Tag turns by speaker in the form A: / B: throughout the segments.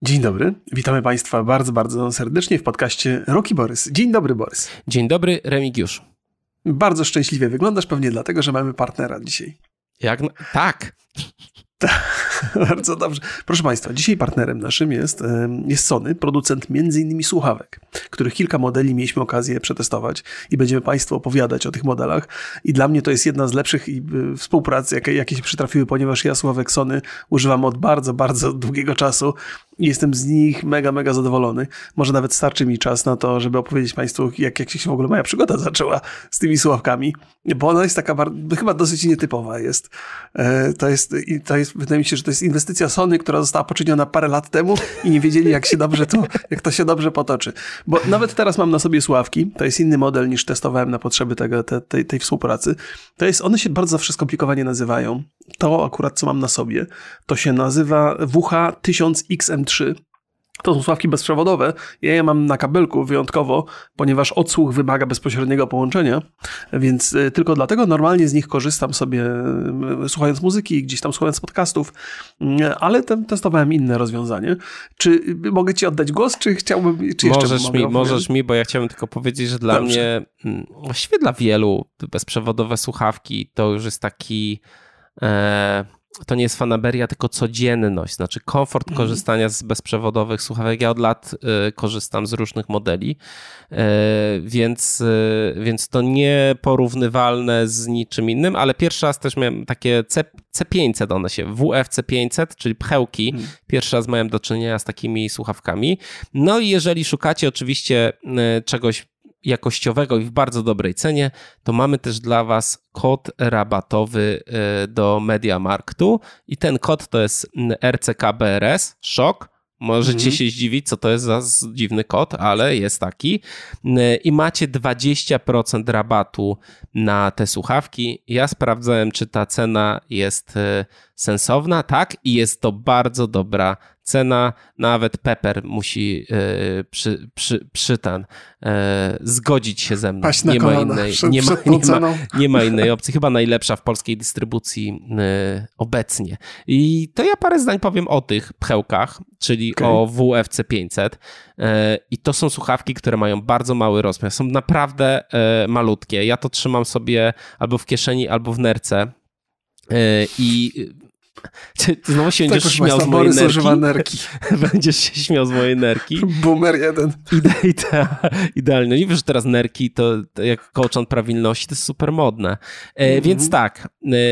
A: Dzień dobry, witamy Państwa bardzo, bardzo serdecznie w podcaście Roki Borys. Dzień dobry, Borys.
B: Dzień dobry, Remigiusz.
A: Bardzo szczęśliwie wyglądasz, pewnie dlatego, że mamy partnera dzisiaj.
B: Tak.
A: Bardzo dobrze. Proszę Państwa, dzisiaj partnerem naszym jest Sony, producent m.in. słuchawek, których kilka modeli mieliśmy okazję przetestować i będziemy Państwu opowiadać o tych modelach. I dla mnie to jest jedna z lepszych współprac, jakie się przytrafiły, ponieważ ja słuchawek Sony używam od bardzo, bardzo długiego czasu i jestem z nich mega, mega zadowolony. Może nawet starczy mi czas na to, żeby opowiedzieć Państwu, jak się w ogóle moja przygoda zaczęła z tymi słuchawkami, bo ona jest taka chyba dosyć nietypowa jest. To jest, wydaje mi się, że to jest inwestycja Sony, która została poczyniona parę lat temu i nie wiedzieli, jak to się dobrze potoczy. Bo nawet teraz mam na sobie słuchawki, to jest inny model niż testowałem na potrzeby tej współpracy. One się bardzo zawsze skomplikowanie nazywają. To akurat, co mam na sobie, to się nazywa WH-1000XM3. To są słuchawki bezprzewodowe. Ja je mam na kabelku wyjątkowo, ponieważ odsłuch wymaga bezpośredniego połączenia, więc tylko dlatego normalnie z nich korzystam sobie, słuchając muzyki, gdzieś tam słuchając podcastów, ale testowałem inne rozwiązanie. Czy mogę Ci oddać głos, czy chciałbym... Czy
B: możesz mi, bo ja chciałbym tylko powiedzieć, że dla mnie, właściwie dla wielu, bezprzewodowe słuchawki to już jest taki... To nie jest fanaberia, tylko codzienność, znaczy komfort korzystania z bezprzewodowych słuchawek. Ja od lat korzystam z różnych modeli, więc to nieporównywalne z niczym innym, ale pierwszy raz też miałem takie C500, one się, WF-C500, czyli pchełki. Pierwszy raz miałem do czynienia z takimi słuchawkami. No i jeżeli szukacie oczywiście czegoś jakościowego i w bardzo dobrej cenie, to mamy też dla Was kod rabatowy do MediaMarktu i ten kod to jest RCKBRS, szok. Możecie się zdziwić, co to jest za dziwny kod, ale jest taki. I macie 20% rabatu na te słuchawki. Ja sprawdzałem, czy ta cena jest sensowna. Tak, i jest to bardzo dobra cena. Nawet Pepper musi zgodzić się ze mną. Nie ma innej opcji. Chyba najlepsza w polskiej dystrybucji obecnie. I to ja parę zdań powiem o tych pchełkach, czyli o WF-C500. I to są słuchawki, które mają bardzo mały rozmiar. Są naprawdę malutkie. Ja to trzymam sobie albo w kieszeni, albo w nerce. I znowu się będziesz śmiał z mojej nerki. Będziesz się śmiał z mojej nerki.
A: Boomer jeden.
B: Idealnie. Nie wiesz, że teraz nerki to jak kołczan prawilności to jest super modne. Więc tak,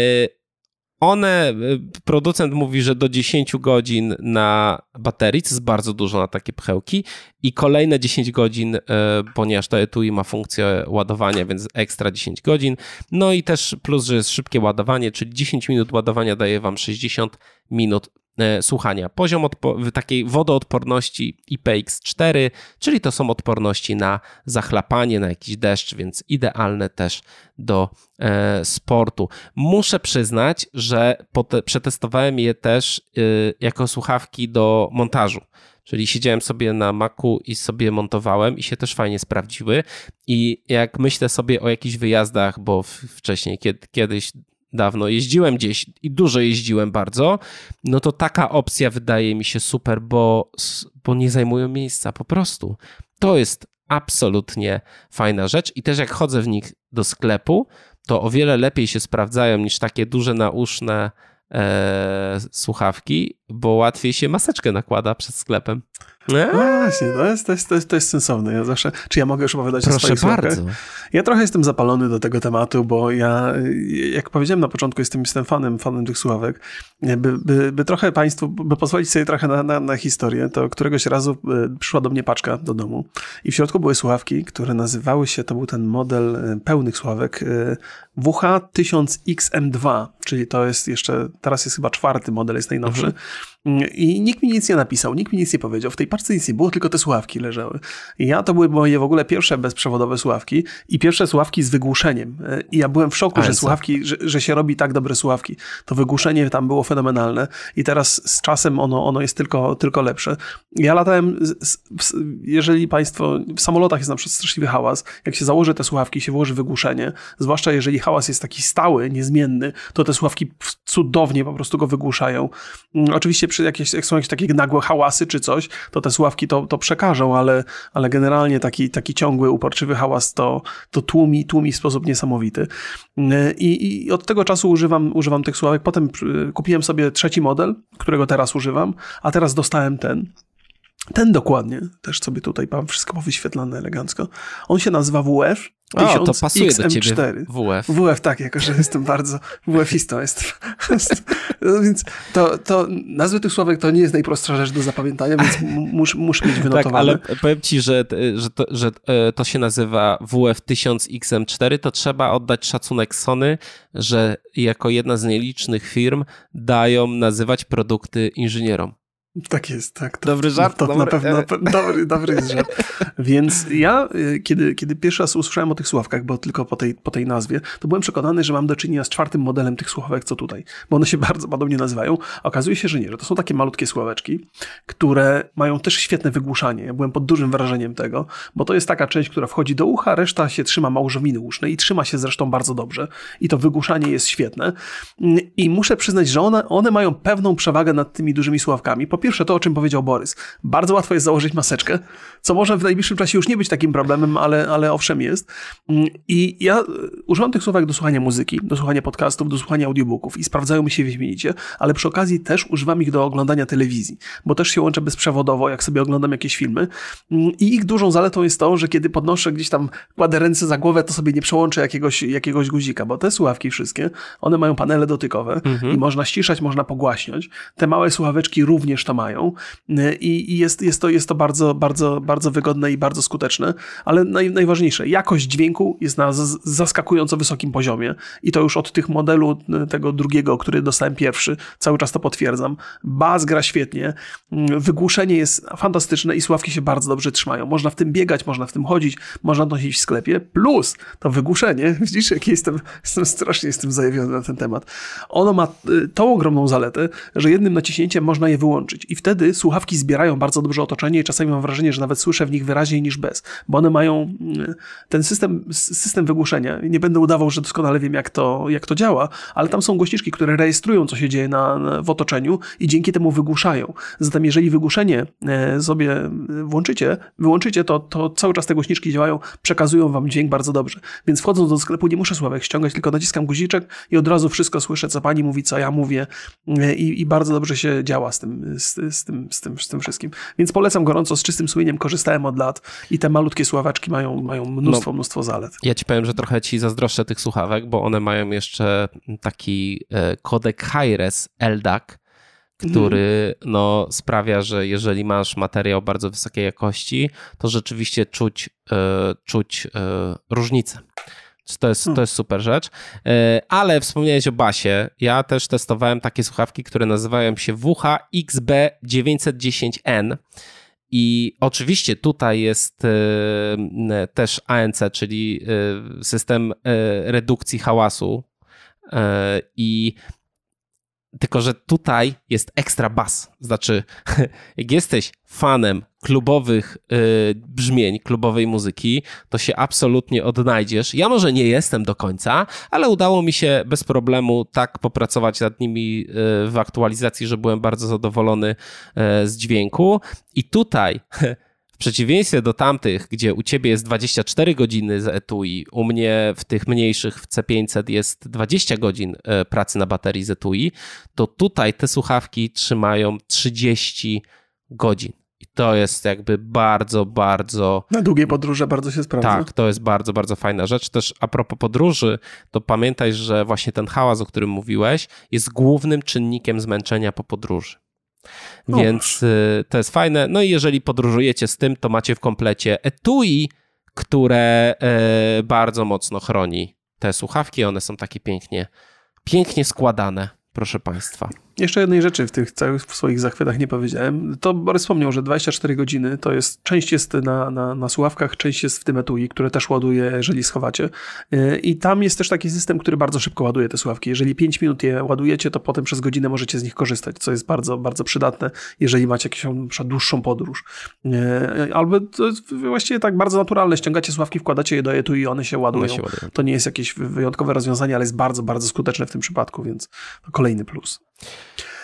B: producent mówi, że do 10 godzin na baterii, co jest bardzo dużo na takie pchełki i kolejne 10 godzin, ponieważ to etui ma funkcję ładowania, więc ekstra 10 godzin. No i też plus, że jest szybkie ładowanie, czyli 10 minut ładowania daje Wam 60 minut słuchania. Poziom takiej wodoodporności IPX4, czyli to są odporności na zachlapanie, na jakiś deszcz, więc idealne też do sportu. Muszę przyznać, że przetestowałem je też jako słuchawki do montażu. Czyli siedziałem sobie na Macu i sobie montowałem i się też fajnie sprawdziły. I jak myślę sobie o jakichś wyjazdach, bo wcześniej kiedyś dawno jeździłem gdzieś i dużo jeździłem bardzo, no to taka opcja wydaje mi się super, bo nie zajmują miejsca po prostu. To jest absolutnie fajna rzecz i też jak chodzę w nich do sklepu, to o wiele lepiej się sprawdzają niż takie duże nauszne słuchawki, bo łatwiej się maseczkę nakłada przed sklepem.
A: No właśnie, to jest sensowne. Ja zawsze, czy ja mogę już opowiadać o swoich słuchawkach?
B: Bardzo.
A: Ja trochę jestem zapalony do tego tematu, bo ja, jak powiedziałem na początku, jestem fanem tych słuchawek. By trochę Państwu, by pozwolić sobie trochę na historię, to któregoś razu przyszła do mnie paczka do domu i w środku były słuchawki, które nazywały się, to był ten model pełnych słuchawek WH-1000XM2, czyli to jest jeszcze, teraz jest chyba 4. model, jest najnowszy. I nikt mi nic nie napisał, nikt mi nic nie powiedział. W tej paczce nic nie było, tylko te słuchawki leżały. I to były moje w ogóle pierwsze bezprzewodowe słuchawki i pierwsze słuchawki z wygłuszeniem. I ja byłem w szoku, że słuchawki, że się robi tak dobre słuchawki. To wygłuszenie tam było fenomenalne i teraz z czasem ono jest tylko lepsze. Ja latałem, jeżeli Państwo, w samolotach jest na przykład straszliwy hałas, jak się założy te słuchawki i się włoży wygłuszenie, zwłaszcza jeżeli hałas jest taki stały, niezmienny, to te słuchawki cudownie po prostu go wygłuszają. Oczywiście jak są jakieś takie nagłe hałasy czy coś, to te słuchawki to przekażą, ale generalnie taki ciągły, uporczywy hałas to tłumi w sposób niesamowity. I od tego czasu używam tych słuchawek. Potem kupiłem sobie 3. model, którego teraz używam, a teraz dostałem ten dokładnie, też sobie tutaj mam wszystko powyświetlane elegancko. On się nazywa WF 1000
B: to pasuje
A: XM4.
B: do ciebie WF.
A: WF, tak, jako że jestem bardzo WF-istą. Więc to nazwy tych słówek to nie jest najprostsza rzecz do zapamiętania, więc muszę mieć wynotowane.
B: Tak, ale powiem ci, że to się nazywa WF 1000 XM4, to trzeba oddać szacunek Sony, że jako jedna z nielicznych firm dają nazywać produkty inżynierom.
A: Tak jest, tak.
B: Dobry żart?
A: To na pewno dobry jest żart. Więc ja, kiedy pierwszy raz usłyszałem o tych słuchawkach, bo tylko po tej nazwie, to byłem przekonany, że mam do czynienia z 4. modelem tych słuchawek, co tutaj, bo one się bardzo podobnie nazywają. A okazuje się, że nie, że to są takie malutkie słuchaweczki, które mają też świetne wygłuszanie. Ja byłem pod dużym wrażeniem tego, bo to jest taka część, która wchodzi do ucha, reszta się trzyma małżowiny usznej i trzyma się zresztą bardzo dobrze. I to wygłuszanie jest świetne. I muszę przyznać, że one mają pewną przewagę nad tymi dużymi słuchawkami. Po pierwsze to, o czym powiedział Borys. Bardzo łatwo jest założyć maseczkę, co może w najbliższym czasie już nie być takim problemem, ale owszem jest. I ja używam tych słuchawek do słuchania muzyki, do słuchania podcastów, do słuchania audiobooków i sprawdzają mi się wyśmienicie, ale przy okazji też używam ich do oglądania telewizji, bo też się łączę bezprzewodowo, jak sobie oglądam jakieś filmy. I ich dużą zaletą jest to, że kiedy podnoszę gdzieś tam, kładę ręce za głowę, to sobie nie przełączę jakiegoś guzika, bo te słuchawki wszystkie, one mają panele dotykowe i można ściszać, można pogłaśniać. Te małe słuchaweczki również to mają i jest to bardzo, bardzo, bardzo wygodne i bardzo skuteczne, ale najważniejsze, jakość dźwięku jest na zaskakująco wysokim poziomie i to już od tych modelu tego drugiego, który dostałem pierwszy, cały czas to potwierdzam. Bas gra świetnie, wygłuszenie jest fantastyczne i słuchawki się bardzo dobrze trzymają. Można w tym biegać, można w tym chodzić, można nosić w sklepie, plus to wygłuszenie, widzisz, jaki jestem strasznie zajawiony na ten temat. Ono ma tą ogromną zaletę, że jednym naciśnięciem można je wyłączyć i wtedy słuchawki zbierają bardzo dobrze otoczenie i czasami mam wrażenie, że nawet słyszę w nich wyraźniej niż bez, bo one mają ten system wygłuszenia. Nie będę udawał, że doskonale wiem, jak to działa, ale tam są głośniczki, które rejestrują, co się dzieje w otoczeniu i dzięki temu wygłuszają. Zatem jeżeli wygłuszenie sobie wyłączycie, to cały czas te głośniczki działają, przekazują wam dźwięk bardzo dobrze. Więc wchodząc do sklepu nie muszę słuchawek ściągać, tylko naciskam guziczek i od razu wszystko słyszę, co pani mówi, co ja mówię i bardzo dobrze się działa z tym wszystkim. Więc polecam gorąco, z czystym sumieniem korzystałem od lat i te malutkie słuchaweczki mają mnóstwo zalet.
B: Ja ci powiem, że trochę ci zazdroszczę tych słuchawek, bo one mają jeszcze taki kodek Hi-Res LDAC, który sprawia, że jeżeli masz materiał bardzo wysokiej jakości, to rzeczywiście czuć różnicę. To jest super rzecz. Ale wspomniałeś o basie. Ja też testowałem takie słuchawki, które nazywają się WH-XB910N. I oczywiście tutaj jest też ANC, czyli system redukcji hałasu. Tylko że tutaj jest ekstra bas. Znaczy, jak jesteś fanem klubowych brzmień, klubowej muzyki, to się absolutnie odnajdziesz. Ja może nie jestem do końca, ale udało mi się bez problemu tak popracować nad nimi w aktualizacji, że byłem bardzo zadowolony z dźwięku. I tutaj w przeciwieństwie do tamtych, gdzie u ciebie jest 24 godziny z etui, u mnie w tych mniejszych w C500 jest 20 godzin pracy na baterii z etui, to tutaj te słuchawki trzymają 30 godzin. I to jest jakby bardzo, bardzo...
A: Na długie podróże bardzo się sprawdza.
B: Tak, to jest bardzo, bardzo fajna rzecz. Też a propos podróży, to pamiętaj, że właśnie ten hałas, o którym mówiłeś, jest głównym czynnikiem zmęczenia po podróży. Więc to jest fajne. No i jeżeli podróżujecie z tym, to macie w komplecie etui, które bardzo mocno chroni te słuchawki. One są takie pięknie składane, proszę państwa.
A: Jeszcze jednej rzeczy w tych całych swoich zachwytach nie powiedziałem. To Borys wspomniał, że 24 godziny to jest, część jest na słuchawkach, część jest w tym etui, które też ładuje, jeżeli schowacie. I tam jest też taki system, który bardzo szybko ładuje te słuchawki. Jeżeli 5 minut je ładujecie, to potem przez godzinę możecie z nich korzystać, co jest bardzo, bardzo przydatne, jeżeli macie jakąś na przykład dłuższą podróż. Albo to jest właściwie tak bardzo naturalne. Ściągacie słuchawki, wkładacie je do etui i one się ładują. To nie jest jakieś wyjątkowe rozwiązanie, ale jest bardzo, bardzo skuteczne w tym przypadku, więc to kolejny plus.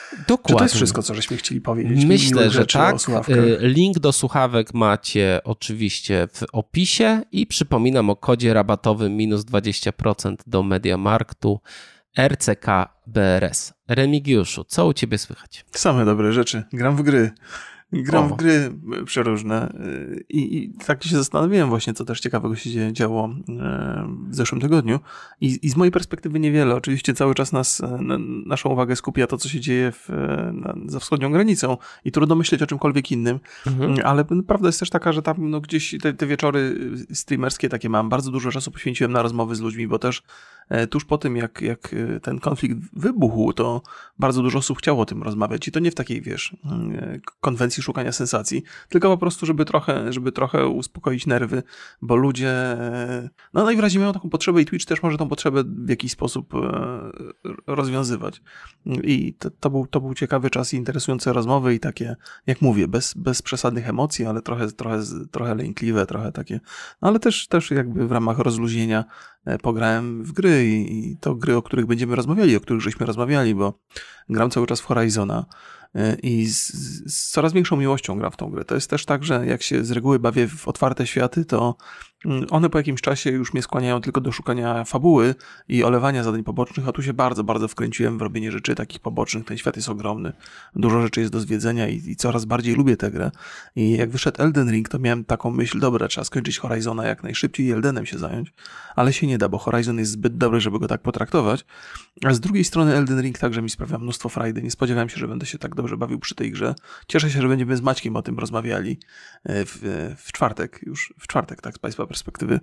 B: Dokładnie.
A: Czy to jest wszystko, co żeśmy chcieli powiedzieć?
B: Myślę, że tak. Link do słuchawek macie oczywiście w opisie i przypominam o kodzie rabatowym -20% do MediaMarktu RCK BRS. Remigiuszu, co u ciebie słychać?
A: Same dobre rzeczy. Gram w gry. Gram w gry przeróżne i tak się zastanawiałem właśnie, co też ciekawego się działo w zeszłym tygodniu i z mojej perspektywy niewiele. Oczywiście cały czas naszą uwagę skupia to, co się dzieje za wschodnią granicą i trudno myśleć o czymkolwiek innym, ale prawda jest też taka, że tam gdzieś te wieczory streamerskie takie mam. Bardzo dużo czasu poświęciłem na rozmowy z ludźmi, bo też tuż po tym, jak ten konflikt wybuchł, to bardzo dużo osób chciało o tym rozmawiać i to nie w takiej, konwencji szukania sensacji, tylko po prostu, żeby trochę uspokoić nerwy, bo ludzie najwyraźniej mają taką potrzebę i Twitch też może tą potrzebę w jakiś sposób rozwiązywać. I to był ciekawy czas i interesujące rozmowy i takie, jak mówię, bez przesadnych emocji, ale trochę lękliwe, trochę takie, ale też jakby w ramach rozluźnienia pograłem w gry i to gry, o których będziemy rozmawiali, o których żeśmy rozmawiali, bo gram cały czas w Horizona i z coraz większą miłością gram w tą grę. To jest też tak, że jak się z reguły bawię w otwarte światy, to one po jakimś czasie już mnie skłaniają tylko do szukania fabuły i olewania zadań pobocznych, a tu się bardzo, bardzo wkręciłem w robienie rzeczy takich pobocznych. Ten świat jest ogromny, dużo rzeczy jest do zwiedzenia i coraz bardziej lubię tę grę. I jak wyszedł Elden Ring, to miałem taką myśl, dobra, trzeba skończyć Horizona jak najszybciej i Eldenem się zająć, ale się nie da, bo Horizon jest zbyt dobry, żeby go tak potraktować. A z drugiej strony Elden Ring także mi sprawia mnóstwo frajdy. Nie spodziewałem się, że będę się tak dobrze bawił przy tej grze. Cieszę się, że będziemy z Maćkiem o tym rozmawiali w czwartek, tak, z Państwa perspektywy,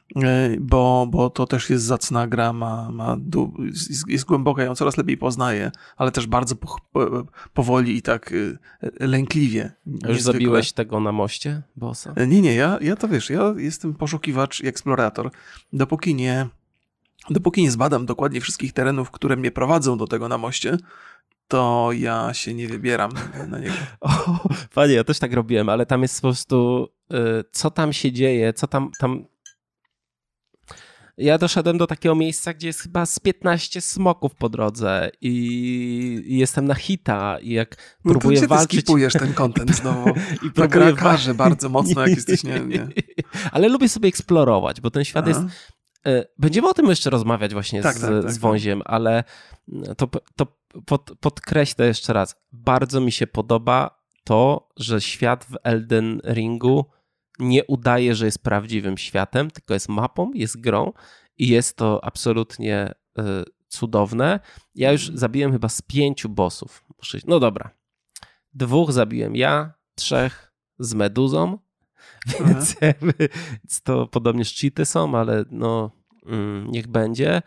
A: bo to też jest zacna gra, jest głęboka, ją coraz lepiej poznaję, ale też bardzo powoli i tak lękliwie.
B: Już zabiłeś tego na moście, bossa?
A: Nie, ja to wiesz, ja jestem poszukiwacz i eksplorator. Dopóki nie zbadam dokładnie wszystkich terenów, które mnie prowadzą do tego na moście, to ja się nie wybieram na niego.
B: Panie, ja też tak robiłem, ale tam jest po prostu, co tam się dzieje, co tam... Ja doszedłem do takiego miejsca, gdzie jest chyba z 15 smoków po drodze i jestem na hita i jak próbuję walczyć...
A: Ty skipujesz ten content znowu. I próbuję każe bardzo mocno, jak jesteś... Nie.
B: Ale lubię sobie eksplorować, bo ten świat jest... Będziemy o tym jeszcze rozmawiać właśnie z Wąziem, ale to podkreślę jeszcze raz. Bardzo mi się podoba to, że świat w Elden Ringu nie udaje, że jest prawdziwym światem, tylko jest mapą, jest grą i jest to absolutnie cudowne. Ja już zabiłem chyba z 5 bossów. No dobra. 2 zabiłem ja, 3 z meduzą, więc to podobnie cheaty są, ale niech będzie.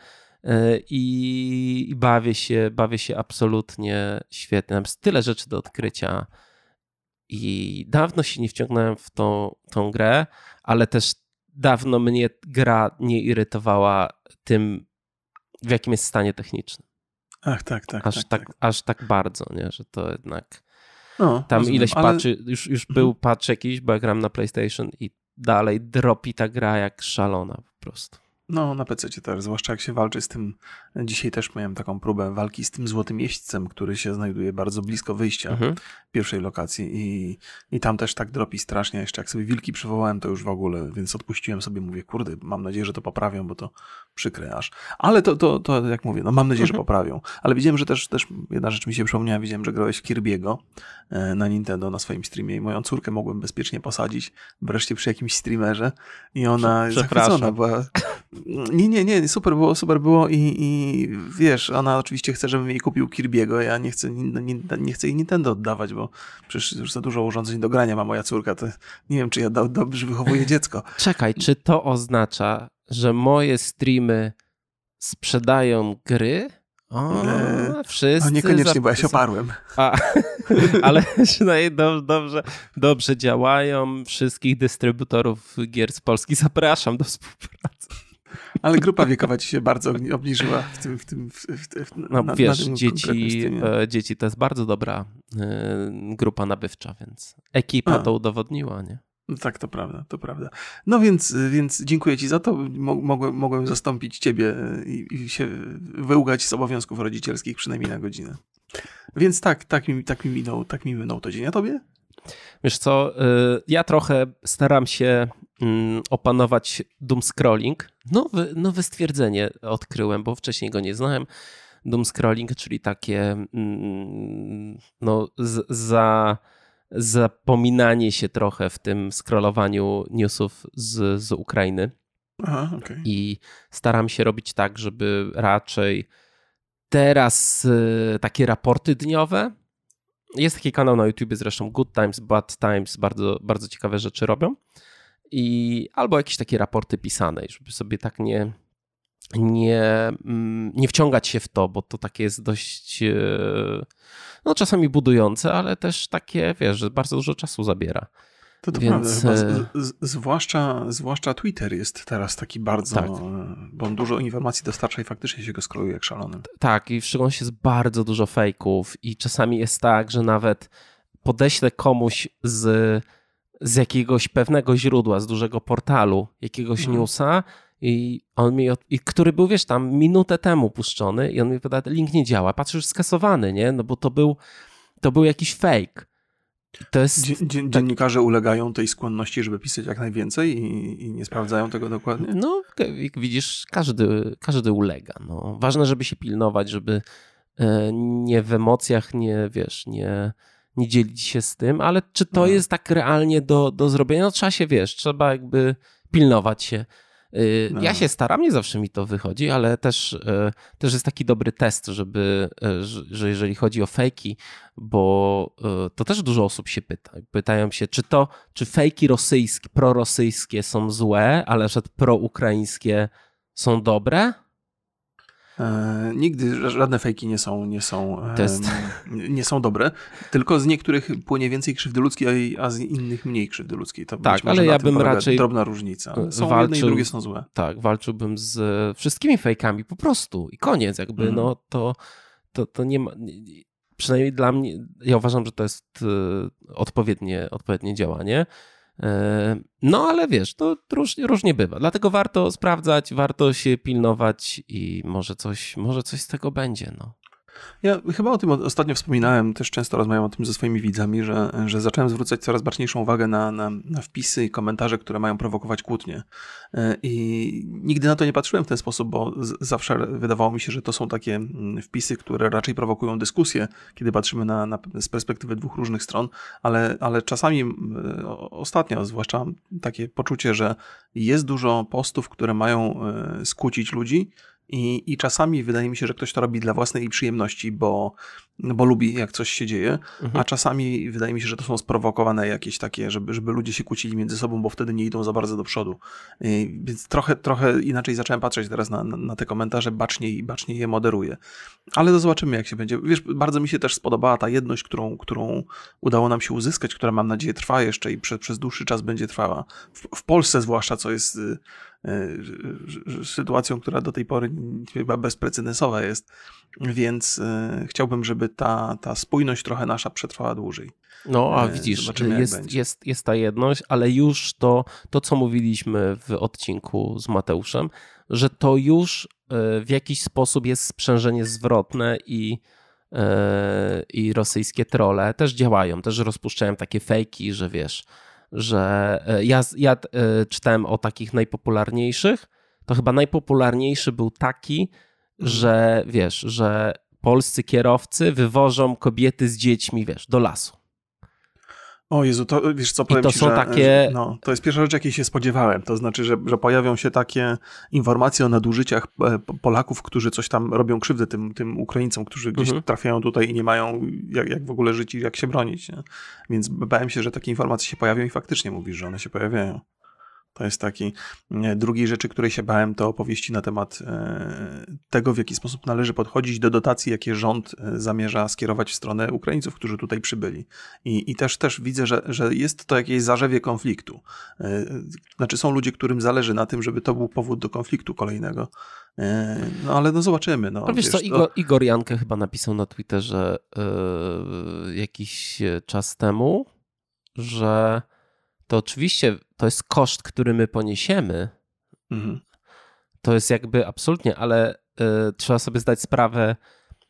B: I bawię się absolutnie świetnie. Mam tyle rzeczy do odkrycia i dawno się nie wciągnąłem w tą grę, ale też dawno mnie gra nie irytowała tym, w jakim jest stanie technicznym.
A: Ach, tak.
B: Aż tak bardzo, nie? Że to jednak tam
A: rozumiem,
B: ileś patchy, już był patch jakiś, bo ja gram na PlayStation i dalej dropi ta gra jak szalona po prostu.
A: No, na PC też, zwłaszcza jak się walczy z tym. Dzisiaj też miałem taką próbę walki z tym złotym jeźdźcem, który się znajduje bardzo blisko wyjścia pierwszej lokacji i tam też tak dropi strasznie. Jeszcze jak sobie wilki przywołałem, to już w ogóle, więc odpuściłem sobie, mówię, kurde, mam nadzieję, że to poprawią, bo to przykre aż. Ale to jak mówię, mam nadzieję, że poprawią. Ale widziałem, że też jedna rzecz mi się przypomniała, widziałem, że grałeś w Kirby'ego na Nintendo, na swoim streamie i moją córkę mogłem bezpiecznie posadzić wreszcie przy jakimś streamerze i ona zachwycona była. Nie, super było i wiesz, ona oczywiście chce, żebym jej kupił Kirby'ego, ja nie chcę jej Nintendo oddawać, bo przecież już za dużo urządzeń do grania ma moja córka, to nie wiem, czy ja dobrze wychowuję dziecko.
B: Czekaj, czy to oznacza, że moje streamy sprzedają gry? Wszyscy...
A: Niekoniecznie, bo ja się oparłem.
B: Ale przynajmniej dobrze działają. Wszystkich dystrybutorów gier z Polski zapraszam do współpracy.
A: Ale grupa wiekowa ci się bardzo obniżyła w tym
B: dzieci to jest bardzo dobra grupa nabywcza, więc ekipa to udowodniła, nie?
A: No tak, to prawda. No więc dziękuję ci za to. Mogłem zastąpić ciebie i się wyłgać z obowiązków rodzicielskich przynajmniej na godzinę. Więc tak mi minął to dzień. A tobie?
B: Wiesz co, ja trochę staram się opanować doom scrolling. Nowe stwierdzenie odkryłem, bo wcześniej go nie znałem. Doom scrolling, czyli takie zapominanie się trochę w tym scrollowaniu newsów z Ukrainy.
A: Aha, okej.
B: I staram się robić tak, żeby raczej teraz takie raporty dniowe. Jest taki kanał na YouTube zresztą, Good Times, Bad Times, bardzo, bardzo ciekawe rzeczy robią. Albo jakieś takie raporty pisane, żeby sobie tak nie wciągać się w to, bo to takie jest dość czasami budujące, ale też takie, wiesz, że bardzo dużo czasu zabiera.
A: To prawda, chyba zwłaszcza Twitter jest teraz taki bardzo, tak. Bo on dużo informacji dostarcza i faktycznie się go scrolluje jak szalony.
B: Tak, i w szczególności jest bardzo dużo fejków i czasami jest tak, że nawet podeślę komuś z jakiegoś pewnego źródła, z dużego portalu, jakiegoś newsa i on który był, wiesz, tam minutę temu puszczony i on mi poda, link nie działa, patrz, już skasowany, nie? No bo to był jakiś fake. To jest...
A: Dziennikarze ulegają tej skłonności, żeby pisać jak najwięcej i nie sprawdzają tego dokładnie?
B: No, jak widzisz, każdy ulega. No. Ważne, żeby się pilnować, żeby nie w emocjach, nie dzielić się z tym, ale czy to jest tak realnie do zrobienia? No trzeba się, trzeba jakby pilnować się. Ja się staram, nie zawsze mi to wychodzi, ale też jest taki dobry test, że jeżeli chodzi o fejki, bo to też dużo osób się pytają się, czy fejki rosyjskie, prorosyjskie są złe, ale że proukraińskie są dobre?
A: Nigdy żadne fejki nie są dobre, tylko z niektórych płynie więcej krzywdy ludzkiej, a z innych mniej krzywdy ludzkiej. To
B: tak, ale ja bym raczej
A: drobna różnica. Są jedne i drugie są złe.
B: Tak, walczyłbym z wszystkimi fejkami po prostu i koniec jakby, to nie ma, przynajmniej dla mnie, ja uważam, że to jest odpowiednie działanie. No ale wiesz, to różnie bywa. Dlatego warto sprawdzać, warto się pilnować i może coś z tego będzie. No.
A: Ja chyba o tym ostatnio wspominałem, też często rozmawiam o tym ze swoimi widzami, że zacząłem zwracać coraz baczniejszą uwagę na wpisy i komentarze, które mają prowokować kłótnie. I nigdy na to nie patrzyłem w ten sposób, bo zawsze wydawało mi się, że to są takie wpisy, które raczej prowokują dyskusję, kiedy patrzymy z perspektywy dwóch różnych stron, ale czasami ostatnio zwłaszcza mam takie poczucie, że jest dużo postów, które mają skłócić ludzi, i czasami wydaje mi się, że ktoś to robi dla własnej przyjemności, bo lubi, jak coś się dzieje, a czasami wydaje mi się, że to są sprowokowane jakieś takie, żeby ludzie się kłócili między sobą, bo wtedy nie idą za bardzo do przodu. Więc trochę inaczej zacząłem patrzeć teraz na te komentarze, baczniej je moderuję. Ale to zobaczymy, jak się będzie. Wiesz, bardzo mi się też spodobała ta jedność, którą udało nam się uzyskać, która mam nadzieję trwa jeszcze i przez dłuższy czas będzie trwała. W Polsce zwłaszcza, co jest sytuacją, która do tej pory chyba bezprecedensowa jest, więc chciałbym, żeby ta spójność trochę nasza przetrwała dłużej.
B: No, a widzisz, jest ta jedność, ale już to, co mówiliśmy w odcinku z Mateuszem, że to już w jakiś sposób jest sprzężenie zwrotne i rosyjskie trolle też działają, też rozpuszczają takie fejki, że wiesz, że ja czytałem o takich najpopularniejszych, to chyba najpopularniejszy był taki, że wiesz, że polscy kierowcy wywożą kobiety z dziećmi, wiesz, do lasu.
A: O Jezu, to wiesz co, powiem
B: to
A: ci,
B: są takie...
A: to jest pierwsza rzecz, jakiej się spodziewałem. To znaczy, że pojawią się takie informacje o nadużyciach Polaków, którzy coś tam robią krzywdę tym Ukraińcom, którzy gdzieś trafiają tutaj i nie mają jak w ogóle żyć i jak się bronić. Nie? Więc bałem się, że takie informacje się pojawią i faktycznie mówisz, że one się pojawiają. To jest taki. Drugiej rzeczy, której się bałem, to opowieści na temat tego, w jaki sposób należy podchodzić do dotacji, jakie rząd zamierza skierować w stronę Ukraińców, którzy tutaj przybyli. I też widzę, że jest to jakieś zarzewie konfliktu. Znaczy są ludzie, którym zależy na tym, żeby to był powód do konfliktu kolejnego. No ale zobaczymy. No,
B: wiesz co, Igor Jankę chyba napisał na Twitterze jakiś czas temu, że to oczywiście to jest koszt, który my poniesiemy. To jest jakby absolutnie, ale trzeba sobie zdać sprawę,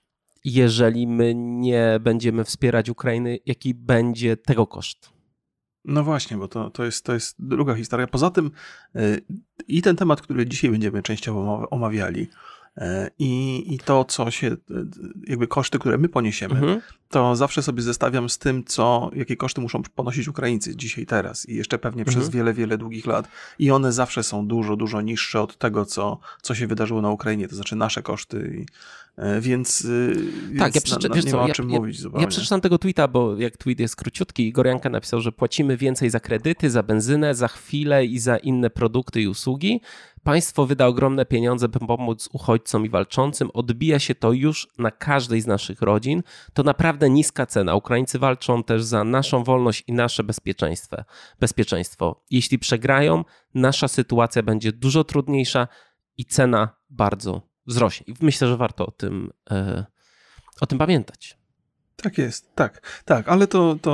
B: jeżeli my nie będziemy wspierać Ukrainy, jaki będzie tego koszt?
A: No właśnie, bo to jest druga historia. Poza tym i ten temat, który dzisiaj będziemy częściowo omawiali, i to, co się, jakby koszty, które my poniesiemy, to zawsze sobie zestawiam z tym, jakie koszty muszą ponosić Ukraińcy dzisiaj, teraz i jeszcze pewnie przez wiele, wiele długich lat. I one zawsze są dużo, dużo niższe od tego, co się wydarzyło na Ukrainie, to znaczy nasze koszty. Więc
B: tak,
A: nie ma o czym mówić zupełnie.
B: Ja przeczytam tego tweeta, bo jak tweet jest króciutki, Igor Janka napisał, że płacimy więcej za kredyty, za benzynę, za chwilę i za inne produkty i usługi. Państwo wyda ogromne pieniądze, by pomóc uchodźcom i walczącym. Odbija się to już na każdej z naszych rodzin. To naprawdę niska cena. Ukraińcy walczą też za naszą wolność i nasze bezpieczeństwo. Jeśli przegrają, nasza sytuacja będzie dużo trudniejsza i cena bardzo wzrośnie. I myślę, że warto o tym pamiętać.
A: Tak jest, tak, ale